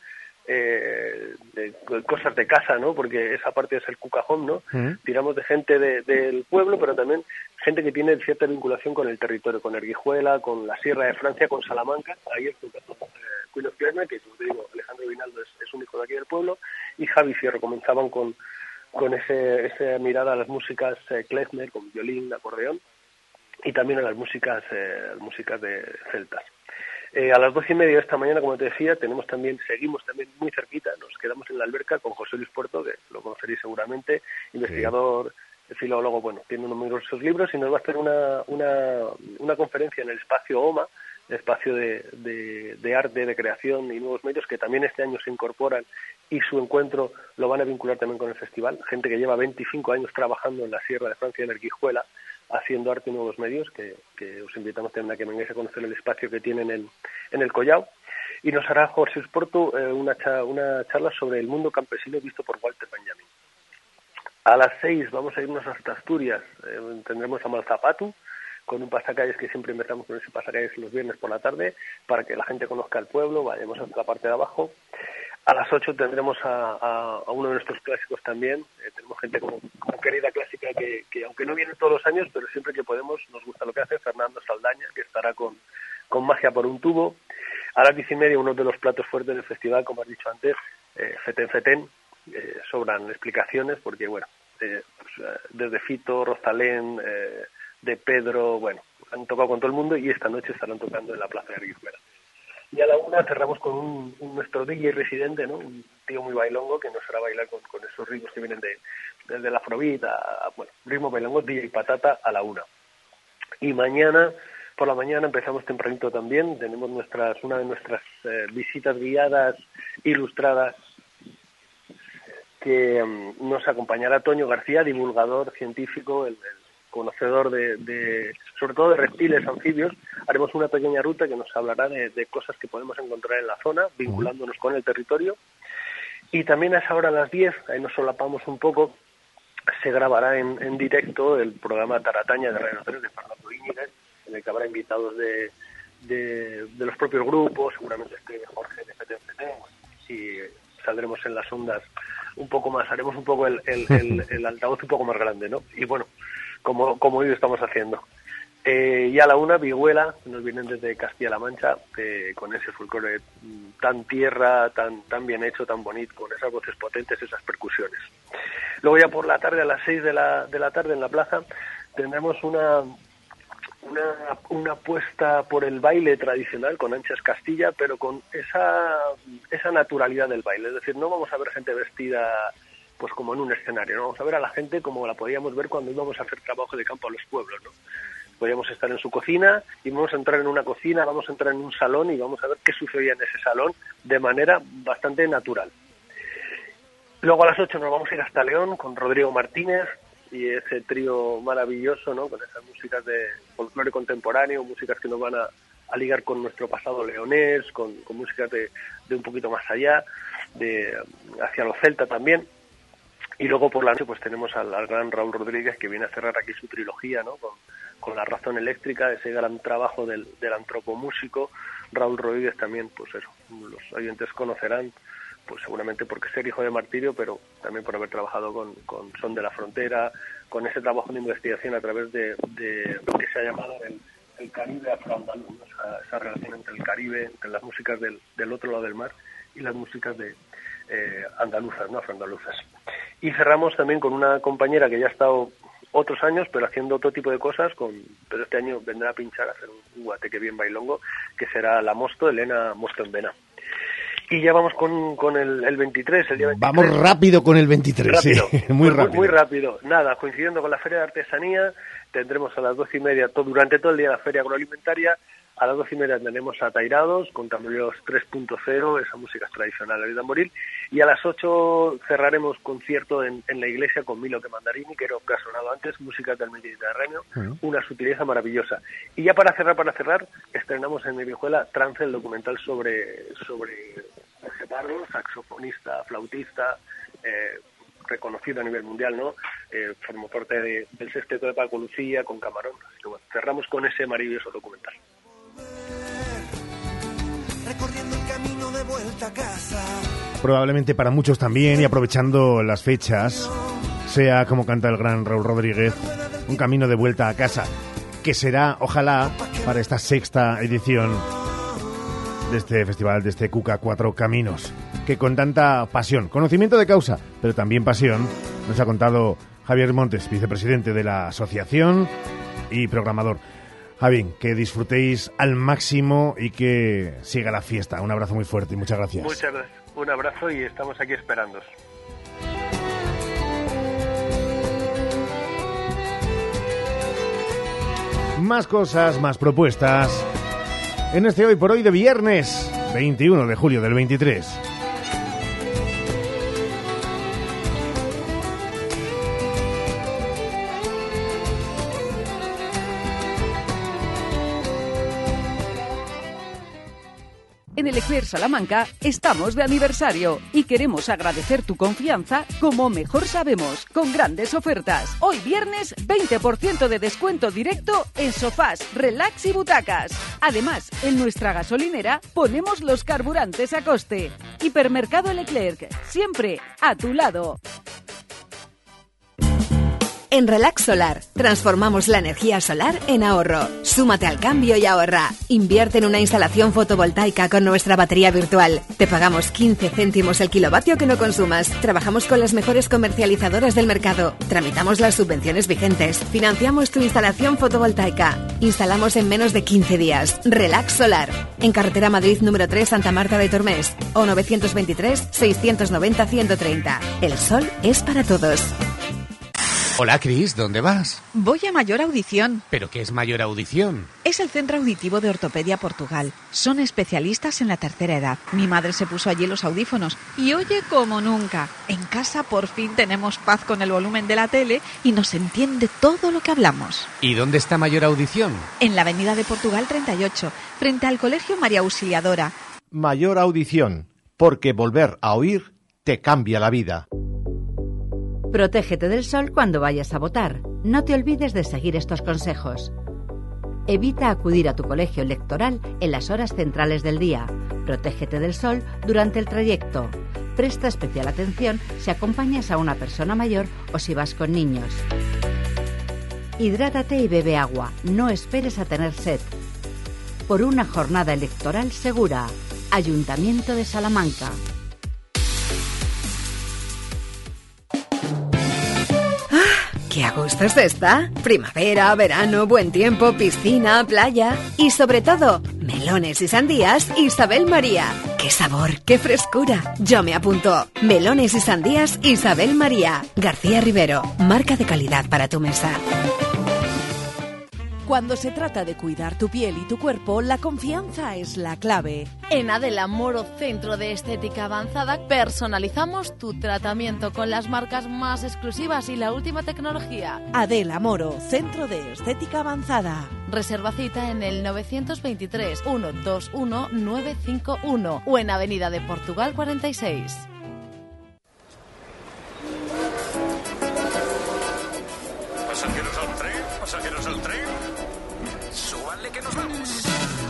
eh, de cosas de casa, ¿no? Porque esa parte es el cucajón, ¿no? Uh-huh. Tiramos de gente de, del pueblo, pero también gente que tiene cierta vinculación con el territorio, con Erguijuela, con la Sierra de Francia, con Salamanca. Ahí es eh, Queen of Klezmer, que como te digo, Alejandro Vinaldo es, es un hijo de aquí del pueblo, y Javi Fierro comenzaban con, con ese, esa mirada a las músicas eh, Klezmer, con violín, acordeón, y también a las músicas, eh, las músicas de celtas. Eh, a las doce y media de esta mañana, como te decía, tenemos también, seguimos también muy cerquita, nos quedamos en la alberca con José Luis Puerto, que lo conoceréis seguramente, investigador, sí. filólogo, bueno, tiene unos numerosos libros y nos va a hacer una, una, una conferencia en el espacio OMA, el espacio de, de, de arte, de creación y nuevos medios, que también este año se incorporan y su encuentro lo van a vincular también con el festival, gente que lleva veinticinco años trabajando en la Sierra de Francia, en Erguijuela, haciendo arte y nuevos medios, que, que os invitamos también a que vengáis a conocer el espacio que tienen en, en el Collao. Y nos hará José Porto eh, una, cha, una charla sobre el mundo campesino visto por Walter Benjamin. A las seis vamos a irnos hasta Asturias, eh, tendremos a Malzapatu, con un pasacalles que siempre empezamos con ese pasacalles los viernes por la tarde, para que la gente conozca el pueblo, vayamos hasta la parte de abajo. A las ocho tendremos a, a, a uno de nuestros clásicos también. Eh, tenemos gente como, como querida clásica que, que, aunque no viene todos los años, pero siempre que podemos, nos gusta lo que hace, Fernando Saldaña, que estará con, con Magia por un tubo. A las diez y media, uno de los platos fuertes del festival, como has dicho antes, eh, Feten Feten. Eh, sobran explicaciones, porque, bueno, eh, pues, desde Fito, Rosalén, eh, de Pedro, bueno, han tocado con todo el mundo y esta noche estarán tocando en la Plaza de Erguijuela. Y a la una cerramos con un, un nuestro D J residente, ¿no? Un tío muy bailongo que nos hará bailar con, con esos ritmos que vienen de, desde el afrobeat a, a, bueno, ritmo bailongo, D J Patata a la una. Y mañana, por la mañana empezamos tempranito también, tenemos nuestras una de nuestras eh, visitas guiadas, ilustradas, que um, nos acompañará Toño García, divulgador científico, el, el conocedor de, de, sobre todo de reptiles, anfibios. Haremos una pequeña ruta que nos hablará de, de cosas que podemos encontrar en la zona, vinculándonos con el territorio. Y también a esa hora, a las diez, ahí nos solapamos un poco, se grabará en, en directo el programa Tarataña de Radio tres de Fernando Íñiguez, en el que habrá invitados de, de, de los propios grupos, seguramente esté Jorge de F T F T, y saldremos en las ondas un poco más, haremos un poco el, el, el, el altavoz un poco más grande, ¿no? Y bueno, como, como hoy estamos haciendo. Eh, y a la una, Vihuela, nos vienen desde Castilla-La Mancha, eh, con ese folclore tan tierra, tan tan bien hecho, tan bonito, con esas voces potentes, esas percusiones. Luego ya por la tarde, a las seis de la, de la tarde en la plaza, tendremos una, una, una apuesta por el baile tradicional con Anchas Castilla, pero con esa, esa naturalidad del baile. Es decir, no vamos a ver gente vestida pues como en un escenario, ¿no? Vamos a ver a la gente como la podíamos ver cuando íbamos a hacer trabajo de campo a los pueblos, ¿no? Podíamos estar en su cocina y vamos a entrar en una cocina, vamos a entrar en un salón y vamos a ver qué sucedía en ese salón de manera bastante natural. Luego a las ocho nos vamos a ir hasta León con Rodrigo Martínez y ese trío maravilloso, ¿no? Con esas músicas de folclore contemporáneo, músicas que nos van a, a ligar con nuestro pasado leonés, con, con músicas de, de un poquito más allá, de hacia los celta también. Y luego por la noche pues tenemos al, al gran Raúl Rodríguez, que viene a cerrar aquí su trilogía, ¿no? Con, con La Razón Eléctrica, ese gran trabajo del, del antropomúsico. Raúl Rodríguez también, pues eso, los oyentes conocerán, pues seguramente porque ser hijo de Martirio, pero también por haber trabajado con, con Son de la Frontera, con ese trabajo de investigación a través de, de lo que se ha llamado el, el Caribe afroandaluz, ¿no? esa, esa relación entre el Caribe, entre las músicas del, del otro lado del mar y las músicas de eh, andaluzas, no afroandaluzas. Y cerramos también con una compañera que ya ha estado otros años, pero haciendo otro tipo de cosas, con pero este año vendrá a pinchar, a hacer un, un guateque bien bailongo, que será la Mosto, Elena Mosto en Vena. Y ya vamos con, con el, el veintitrés, el día veintitrés. Vamos rápido con el veintitrés, rápido, sí, muy, muy rápido. Muy, muy rápido. Nada, coincidiendo con la Feria de Artesanía, tendremos a las doce y media, todo, durante todo el día la Feria Agroalimentaria. A las doce y media tenemos a Tairados, con tamborileros tres punto cero, esa música tradicional de tamboril. Y a las ocho cerraremos concierto en, en la iglesia con Milo que Mandarini, que era lo que ha sonado antes, música del Mediterráneo, uh-huh. Una sutileza maravillosa. Y ya para cerrar, para cerrar, estrenamos en Mirijuela Trance, el documental sobre sobre Jorge Pardo, saxofonista, flautista, eh, reconocido a nivel mundial, ¿no? Eh, formó parte de, del sexteto de Paco Lucía con Camarón. Así que bueno, cerramos con ese maravilloso documental. Recorriendo el camino de vuelta a casa. Probablemente para muchos también, y aprovechando las fechas, sea, como canta el gran Raúl Rodríguez, un camino de vuelta a casa, que será, ojalá, para esta sexta edición de este festival, de este Cuca Cuatro Caminos, que con tanta pasión, conocimiento de causa, pero también pasión, nos ha contado Javier Montes, vicepresidente de la asociación y programador. Javi, que disfrutéis al máximo y que siga la fiesta. Un abrazo muy fuerte y muchas gracias. Muchas gracias. Un abrazo y estamos aquí esperándoos. Más cosas, más propuestas. En este Hoy por Hoy de viernes, veintiuno de julio del veintitrés. En el Leclerc Salamanca estamos de aniversario y queremos agradecer tu confianza como mejor sabemos, con grandes ofertas. Hoy viernes, veinte por ciento de descuento directo en sofás, relax y butacas. Además, en nuestra gasolinera ponemos los carburantes a coste. Hipermercado Leclerc, siempre a tu lado. En Relax Solar, transformamos la energía solar en ahorro. Súmate al cambio y ahorra. Invierte en una instalación fotovoltaica con nuestra batería virtual. Te pagamos quince céntimos el kilovatio que no consumas. Trabajamos con las mejores comercializadoras del mercado. Tramitamos las subvenciones vigentes. Financiamos tu instalación fotovoltaica. Instalamos en menos de quince días. Relax Solar. En carretera Madrid número tres, Santa Marta de Tormes. O nueve dos tres, seis nueve cero, uno treinta. El sol es para todos. Hola, Cris, ¿dónde vas? Voy a Mayor Audición. ¿Pero qué es Mayor Audición? Es el Centro Auditivo de Ortopedia Portugal. Son especialistas en la tercera edad. Mi madre se puso allí los audífonos y oye como nunca. En casa por fin tenemos paz con el volumen de la tele y nos entiende todo lo que hablamos. ¿Y dónde está Mayor Audición? En la Avenida de Portugal treinta y ocho, frente al Colegio María Auxiliadora. Mayor Audición, porque volver a oír te cambia la vida. Protégete del sol cuando vayas a votar. No te olvides de seguir estos consejos. Evita acudir a tu colegio electoral en las horas centrales del día. Protégete del sol durante el trayecto. Presta especial atención si acompañas a una persona mayor o si vas con niños. Hidrátate y bebe agua. No esperes a tener sed. Por una jornada electoral segura. Ayuntamiento de Salamanca. ¡Qué a gusto se está! Primavera, verano, buen tiempo, piscina, playa y sobre todo, melones y sandías Isabel María. ¡Qué sabor, qué frescura! Yo me apunto. Melones y sandías Isabel María. García Rivero, marca de calidad para tu mesa. Cuando se trata de cuidar tu piel y tu cuerpo, la confianza es la clave. En Adela Moro Centro de Estética Avanzada personalizamos tu tratamiento con las marcas más exclusivas y la última tecnología. Adela Moro Centro de Estética Avanzada. Reserva cita en el nueve dos tres, uno dos uno, nueve cinco uno o en Avenida de Portugal cuarenta y seis. Pasajeros al tren, pasajeros al tren. Súbanle que nos vamos.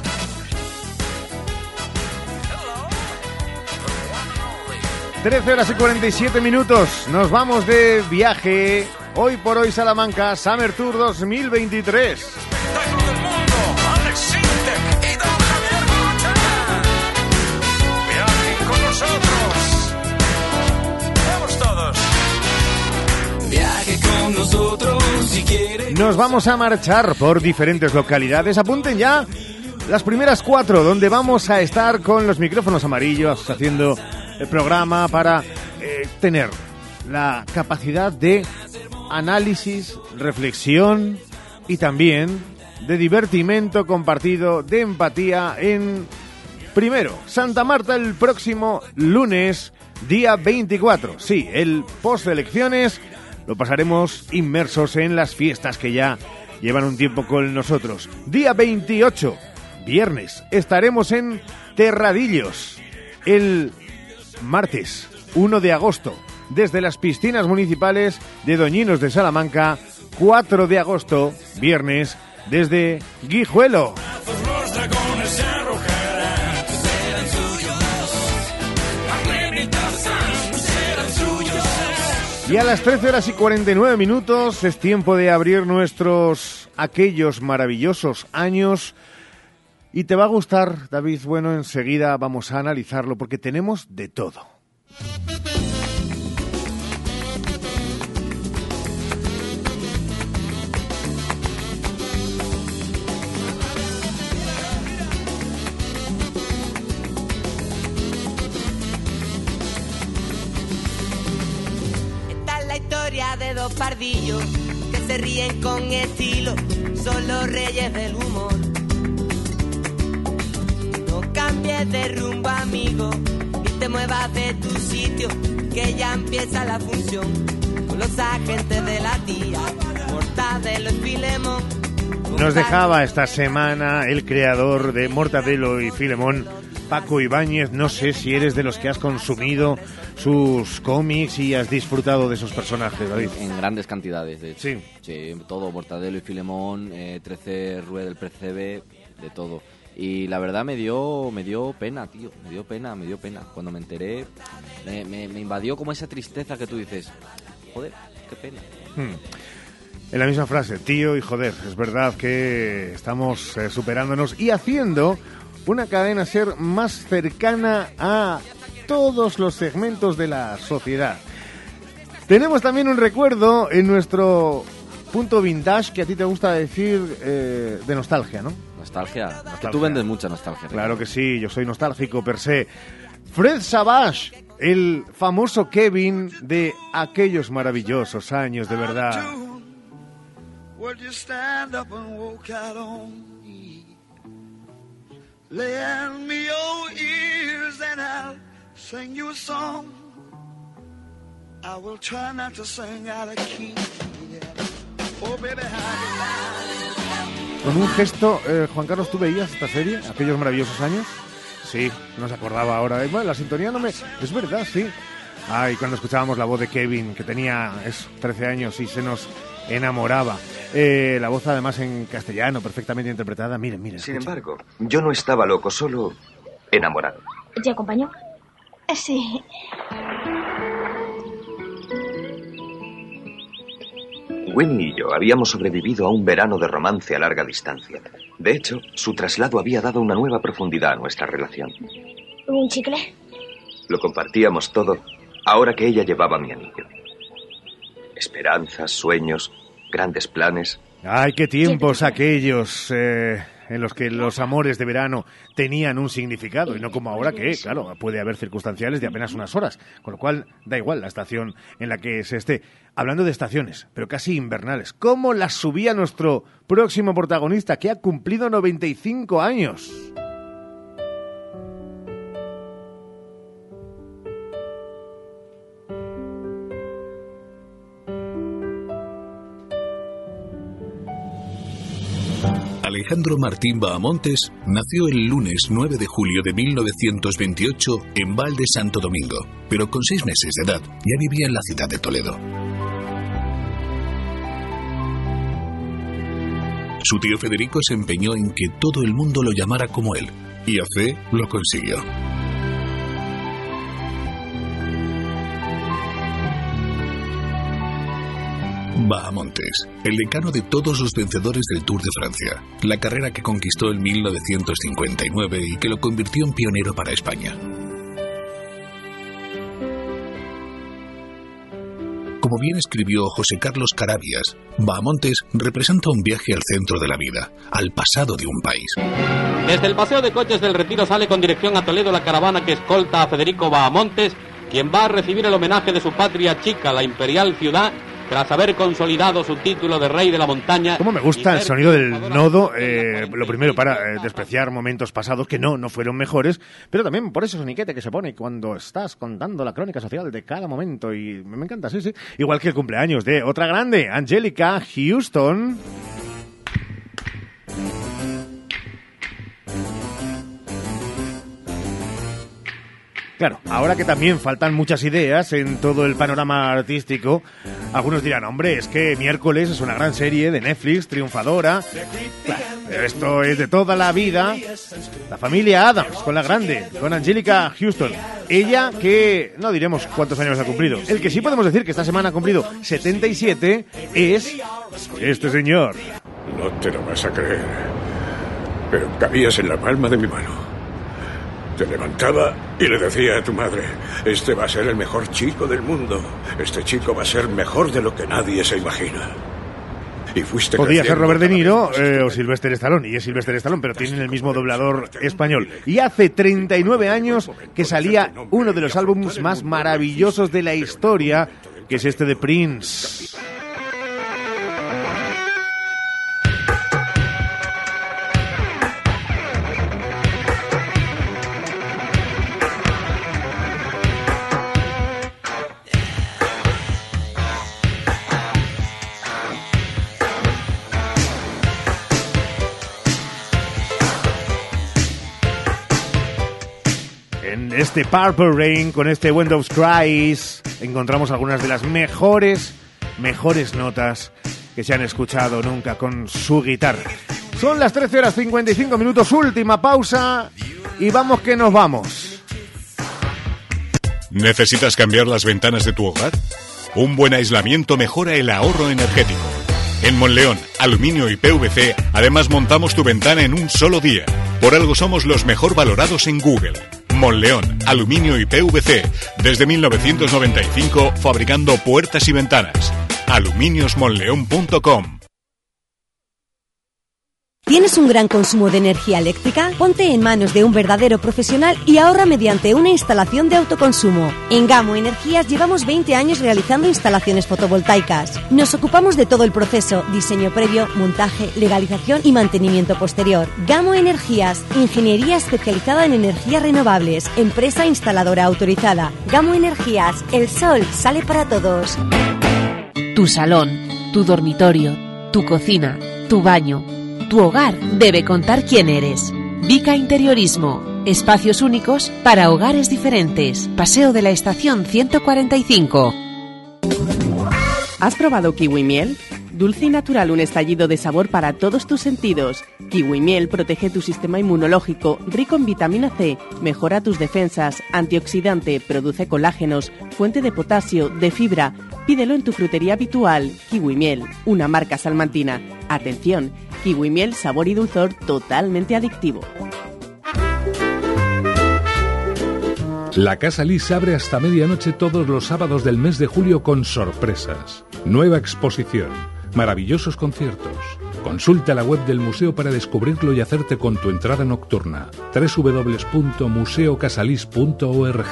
trece horas y cuarenta y siete minutos. Nos vamos de viaje. Hoy por hoy Salamanca Summer Tour dos mil veintitrés. Espectáculo del mundo. Alex Intec y Don Javier Mota. Viajen con nosotros. Vamos todos. Viaje con nosotros si quiere. Nos vamos a marchar por diferentes localidades. Apunten ya las primeras cuatro, donde vamos a estar con los micrófonos amarillos haciendo el programa para eh, tener la capacidad de análisis, reflexión y también de divertimento compartido, de empatía en, primero, Santa Marta el próximo lunes, día veinticuatro. Sí, el post-elecciones lo pasaremos inmersos en las fiestas que ya llevan un tiempo con nosotros. Día veintiocho, viernes, estaremos en Terradillos. El martes uno de agosto, desde las piscinas municipales de Doñinos de Salamanca. Cuatro de agosto, viernes, desde Guijuelo. Y a las trece horas y cuarenta y nueve minutos es tiempo de abrir nuestros aquellos maravillosos años. Y te va a gustar, David. Bueno, enseguida vamos a analizarlo porque tenemos de todo. De dos pardillos que se ríen con estilo, son los reyes del humor. No cambies de rumbo, amigo, ni te muevas de tu sitio, que ya empieza la función con los agentes de la tía, Mortadelo y Filemón. Nos dejaba esta semana el creador de Mortadelo y Filemón, Paco Ibáñez. No sé si eres de los que has consumido sus cómics y has disfrutado de esos personajes, David. En grandes cantidades, de hecho. Sí. Sí, todo, Mortadelo y Filemón, eh, trece Rue del Percebe, de todo. Y la verdad me dio me dio pena, tío, me dio pena, me dio pena. Cuando me enteré, me, me, me invadió como esa tristeza que tú dices, joder, qué pena. Hmm. En la misma frase, tío y joder, es verdad que estamos eh, superándonos y haciendo una cadena ser más cercana a todos los segmentos de la sociedad. Tenemos también un recuerdo en nuestro punto vintage, que a ti te gusta decir, eh, de nostalgia, ¿no? Nostalgia. nostalgia. Que tú vendes mucha nostalgia. Claro que sí, yo soy nostálgico per se. Fred Savage, el famoso Kevin de aquellos maravillosos años, de verdad. Would you stand up and walk out on me? Lend me your ears and I'll sing you a song. I will try not to sing out of key. Yeah. Oh, baby, how... Con un gesto, eh, Juan Carlos, ¿tú veías esta serie? Aquellos maravillosos años. Sí, no se acordaba ahora. Bueno, la sintonía no me... Es verdad, sí. Ay, cuando escuchábamos la voz de Kevin, que tenía eso, trece años y se nos enamoraba. Eh, la voz además en castellano, perfectamente interpretada. Miren, miren. Sin escucha. Embargo, yo no estaba loco, solo enamorado. ¿Te acompañó? Sí. Winnie y yo habíamos sobrevivido a un verano de romance a larga distancia. De hecho, su traslado había dado una nueva profundidad a nuestra relación. ¿Un chicle? Lo compartíamos todo, ahora que ella llevaba mi anillo. Esperanzas, sueños, grandes planes. ¡Ay, qué tiempos aquellos eh, en los que los amores de verano tenían un significado! Y no como ahora que, claro, puede haber circunstanciales de apenas unas horas. Con lo cual, da igual la estación en la que se esté. Hablando de estaciones, pero casi invernales. ¿Cómo las subía nuestro próximo protagonista, que ha cumplido noventa y cinco años? Alejandro Martín Bahamontes nació el lunes nueve de julio de mil novecientos veintiocho en Val de Santo Domingo, pero con seis meses de edad ya vivía en la ciudad de Toledo. Su tío Federico se empeñó en que todo el mundo lo llamara como él, y a fe lo consiguió. Bahamontes, el decano de todos los vencedores del Tour de Francia, la carrera que conquistó en mil novecientos cincuenta y nueve y que lo convirtió en pionero para España. Como bien escribió José Carlos Carabias, Bahamontes representa un viaje al centro de la vida, al pasado de un país. Desde el Paseo de Coches del Retiro sale con dirección a Toledo la caravana que escolta a Federico Bahamontes, quien va a recibir el homenaje de su patria chica, la imperial ciudad, tras haber consolidado su título de rey de la montaña. Cómo me gusta el sonido del nodo, eh, lo primero para eh, despreciar momentos pasados que no, no fueron mejores, pero también por ese soniquete que se pone cuando estás contando la crónica social de cada momento, y me encanta, sí, sí. Igual que el cumpleaños de otra grande, Angélica Houston. Claro, ahora que también faltan muchas ideas en todo el panorama artístico, algunos dirán, hombre, es que Miércoles es una gran serie de Netflix, triunfadora. Claro, pero esto es de toda la vida. La familia Addams, con la grande, con Angélica Houston. Ella que no diremos cuántos años ha cumplido. El que sí podemos decir que esta semana ha cumplido setenta y siete es este señor. No te lo vas a creer, pero cabías en la palma de mi mano. Te levantaba y le decía a tu madre, este va a ser el mejor chico del mundo. Este chico va a ser mejor de lo que nadie se imagina. Y fuiste Podría ser creciendo Robert De cada Niro vez más. eh, o Sylvester Stallone, y es Sylvester Stallone, pero tienen el mismo doblador español. Y hace treinta y nueve años que salía uno de los álbumes más maravillosos de la historia, que es este de Prince. En este Purple Rain, con este Windows Cries, encontramos algunas de las mejores, mejores notas que se han escuchado nunca con su guitarra. Son las trece horas cincuenta y cinco minutos, última pausa, y vamos que nos vamos. ¿Necesitas cambiar las ventanas de tu hogar? Un buen aislamiento mejora el ahorro energético. En Monleón, Aluminio y P V C, además montamos tu ventana en un solo día. Por algo somos los mejor valorados en Google. Monleón, Aluminio y P V C, desde mil novecientos noventa y cinco fabricando puertas y ventanas. aluminios monleón punto com. ¿Tienes un gran consumo de energía eléctrica? Ponte en manos de un verdadero profesional y ahorra mediante una instalación de autoconsumo. En Gamo Energías llevamos veinte años realizando instalaciones fotovoltaicas. Nos ocupamos de todo el proceso, diseño previo, montaje, legalización y mantenimiento posterior. Gamo Energías, ingeniería especializada en energías renovables, empresa instaladora autorizada. Gamo Energías, el sol sale para todos. Tu salón, tu dormitorio, tu cocina, tu baño. Tu hogar debe contar quién eres. Vica Interiorismo. Espacios únicos para hogares diferentes. Paseo de la Estación ciento cuarenta y cinco. ¿Has probado kiwi miel? Dulce y natural, un estallido de sabor para todos tus sentidos. Kiwi miel protege tu sistema inmunológico, rico en vitamina C, mejora tus defensas, antioxidante, produce colágenos, fuente de potasio, de fibra. Pídelo en tu frutería habitual. Kiwi miel, una marca salmantina. Atención, kiwi miel, sabor y dulzor totalmente adictivo. La Casa Lis abre hasta medianoche todos los sábados del mes de julio con sorpresas. Nueva exposición, maravillosos conciertos. Consulta la web del museo para descubrirlo y hacerte con tu entrada nocturna. doble u doble u doble u punto museo casalis punto org.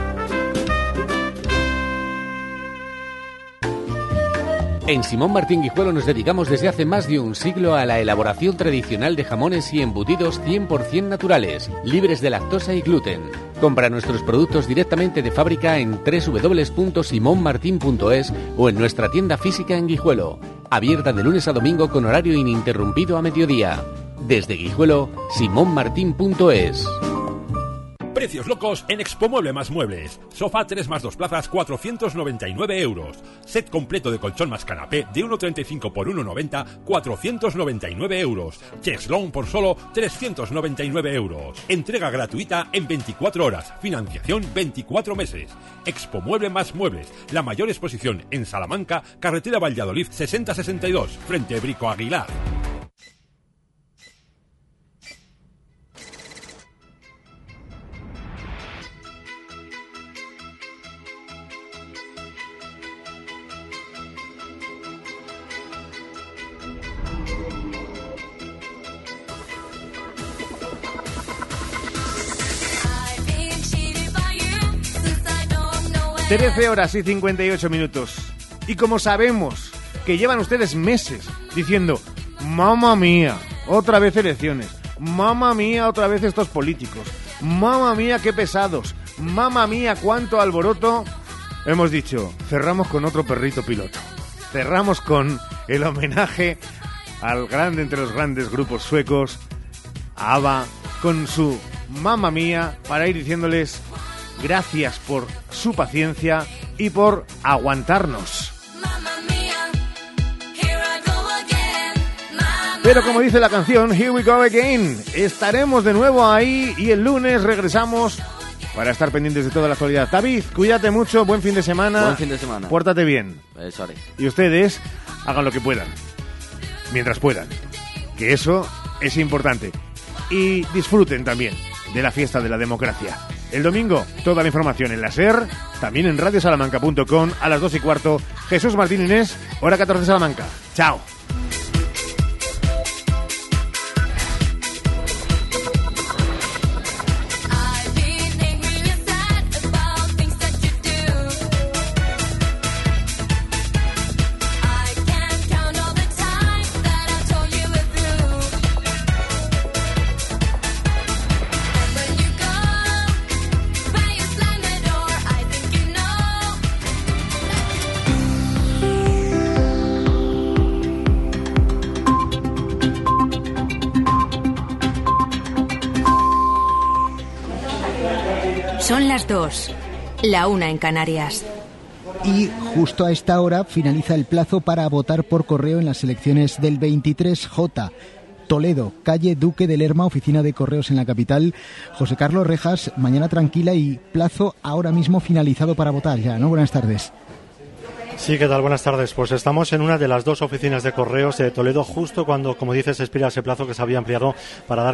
En Simón Martín Guijuelo nos dedicamos desde hace más de un siglo a la elaboración tradicional de jamones y embutidos cien por ciento naturales, libres de lactosa y gluten. Compra nuestros productos directamente de fábrica en doble u doble u doble u punto simón martín punto es o en nuestra tienda física en Guijuelo, abierta de lunes a domingo con horario ininterrumpido a mediodía. Desde Guijuelo, simón martín punto es. Precios locos en Expomueble más Muebles. Sofá tres más dos plazas, cuatrocientos noventa y nueve euros. Set completo de colchón más canapé de uno treinta y cinco por uno noventa, cuatrocientos noventa y nueve euros. Cheslong por solo trescientos noventa y nueve euros. Entrega gratuita en veinticuatro horas. Financiación veinticuatro meses. Expomueble más Muebles. La mayor exposición en Salamanca, carretera Valladolid sesenta sesenta y dos, frente Brico Aguilar. trece horas y cincuenta y ocho minutos. Y como sabemos que llevan ustedes meses diciendo, mamma mía, otra vez elecciones, mamma mía, otra vez estos políticos, mamma mía, qué pesados, mamma mía, cuánto alboroto, hemos dicho, cerramos con otro perrito piloto. Cerramos con el homenaje al grande entre los grandes grupos suecos, a ABBA, con su mamma mía, para ir diciéndoles gracias por su paciencia y por aguantarnos. Pero como dice la canción, Here we go again. Estaremos de nuevo ahí y el lunes regresamos para estar pendientes de toda la actualidad. David, cuídate mucho, buen fin de semana. Buen fin de semana. Pórtate bien. Eso haré. Y ustedes hagan lo que puedan, mientras puedan, que eso es importante. Y disfruten también de la fiesta de la democracia. El domingo, toda la información en la SER, también en radio salamanca punto com a las dos y cuarto. Jesús Martín Inés, hora catorce Salamanca. Chao. Son las dos, la una en Canarias. Y justo a esta hora finaliza el plazo para votar por correo en las elecciones del veintitrés J. Toledo, calle Duque de Lerma, oficina de correos en la capital. José Carlos Rejas, mañana tranquila y plazo ahora mismo finalizado para votar ya, ¿no? Buenas tardes. Sí, ¿qué tal? Buenas tardes. Pues estamos en una de las dos oficinas de correos de Toledo justo cuando, como dices, expira ese plazo que se había ampliado para dar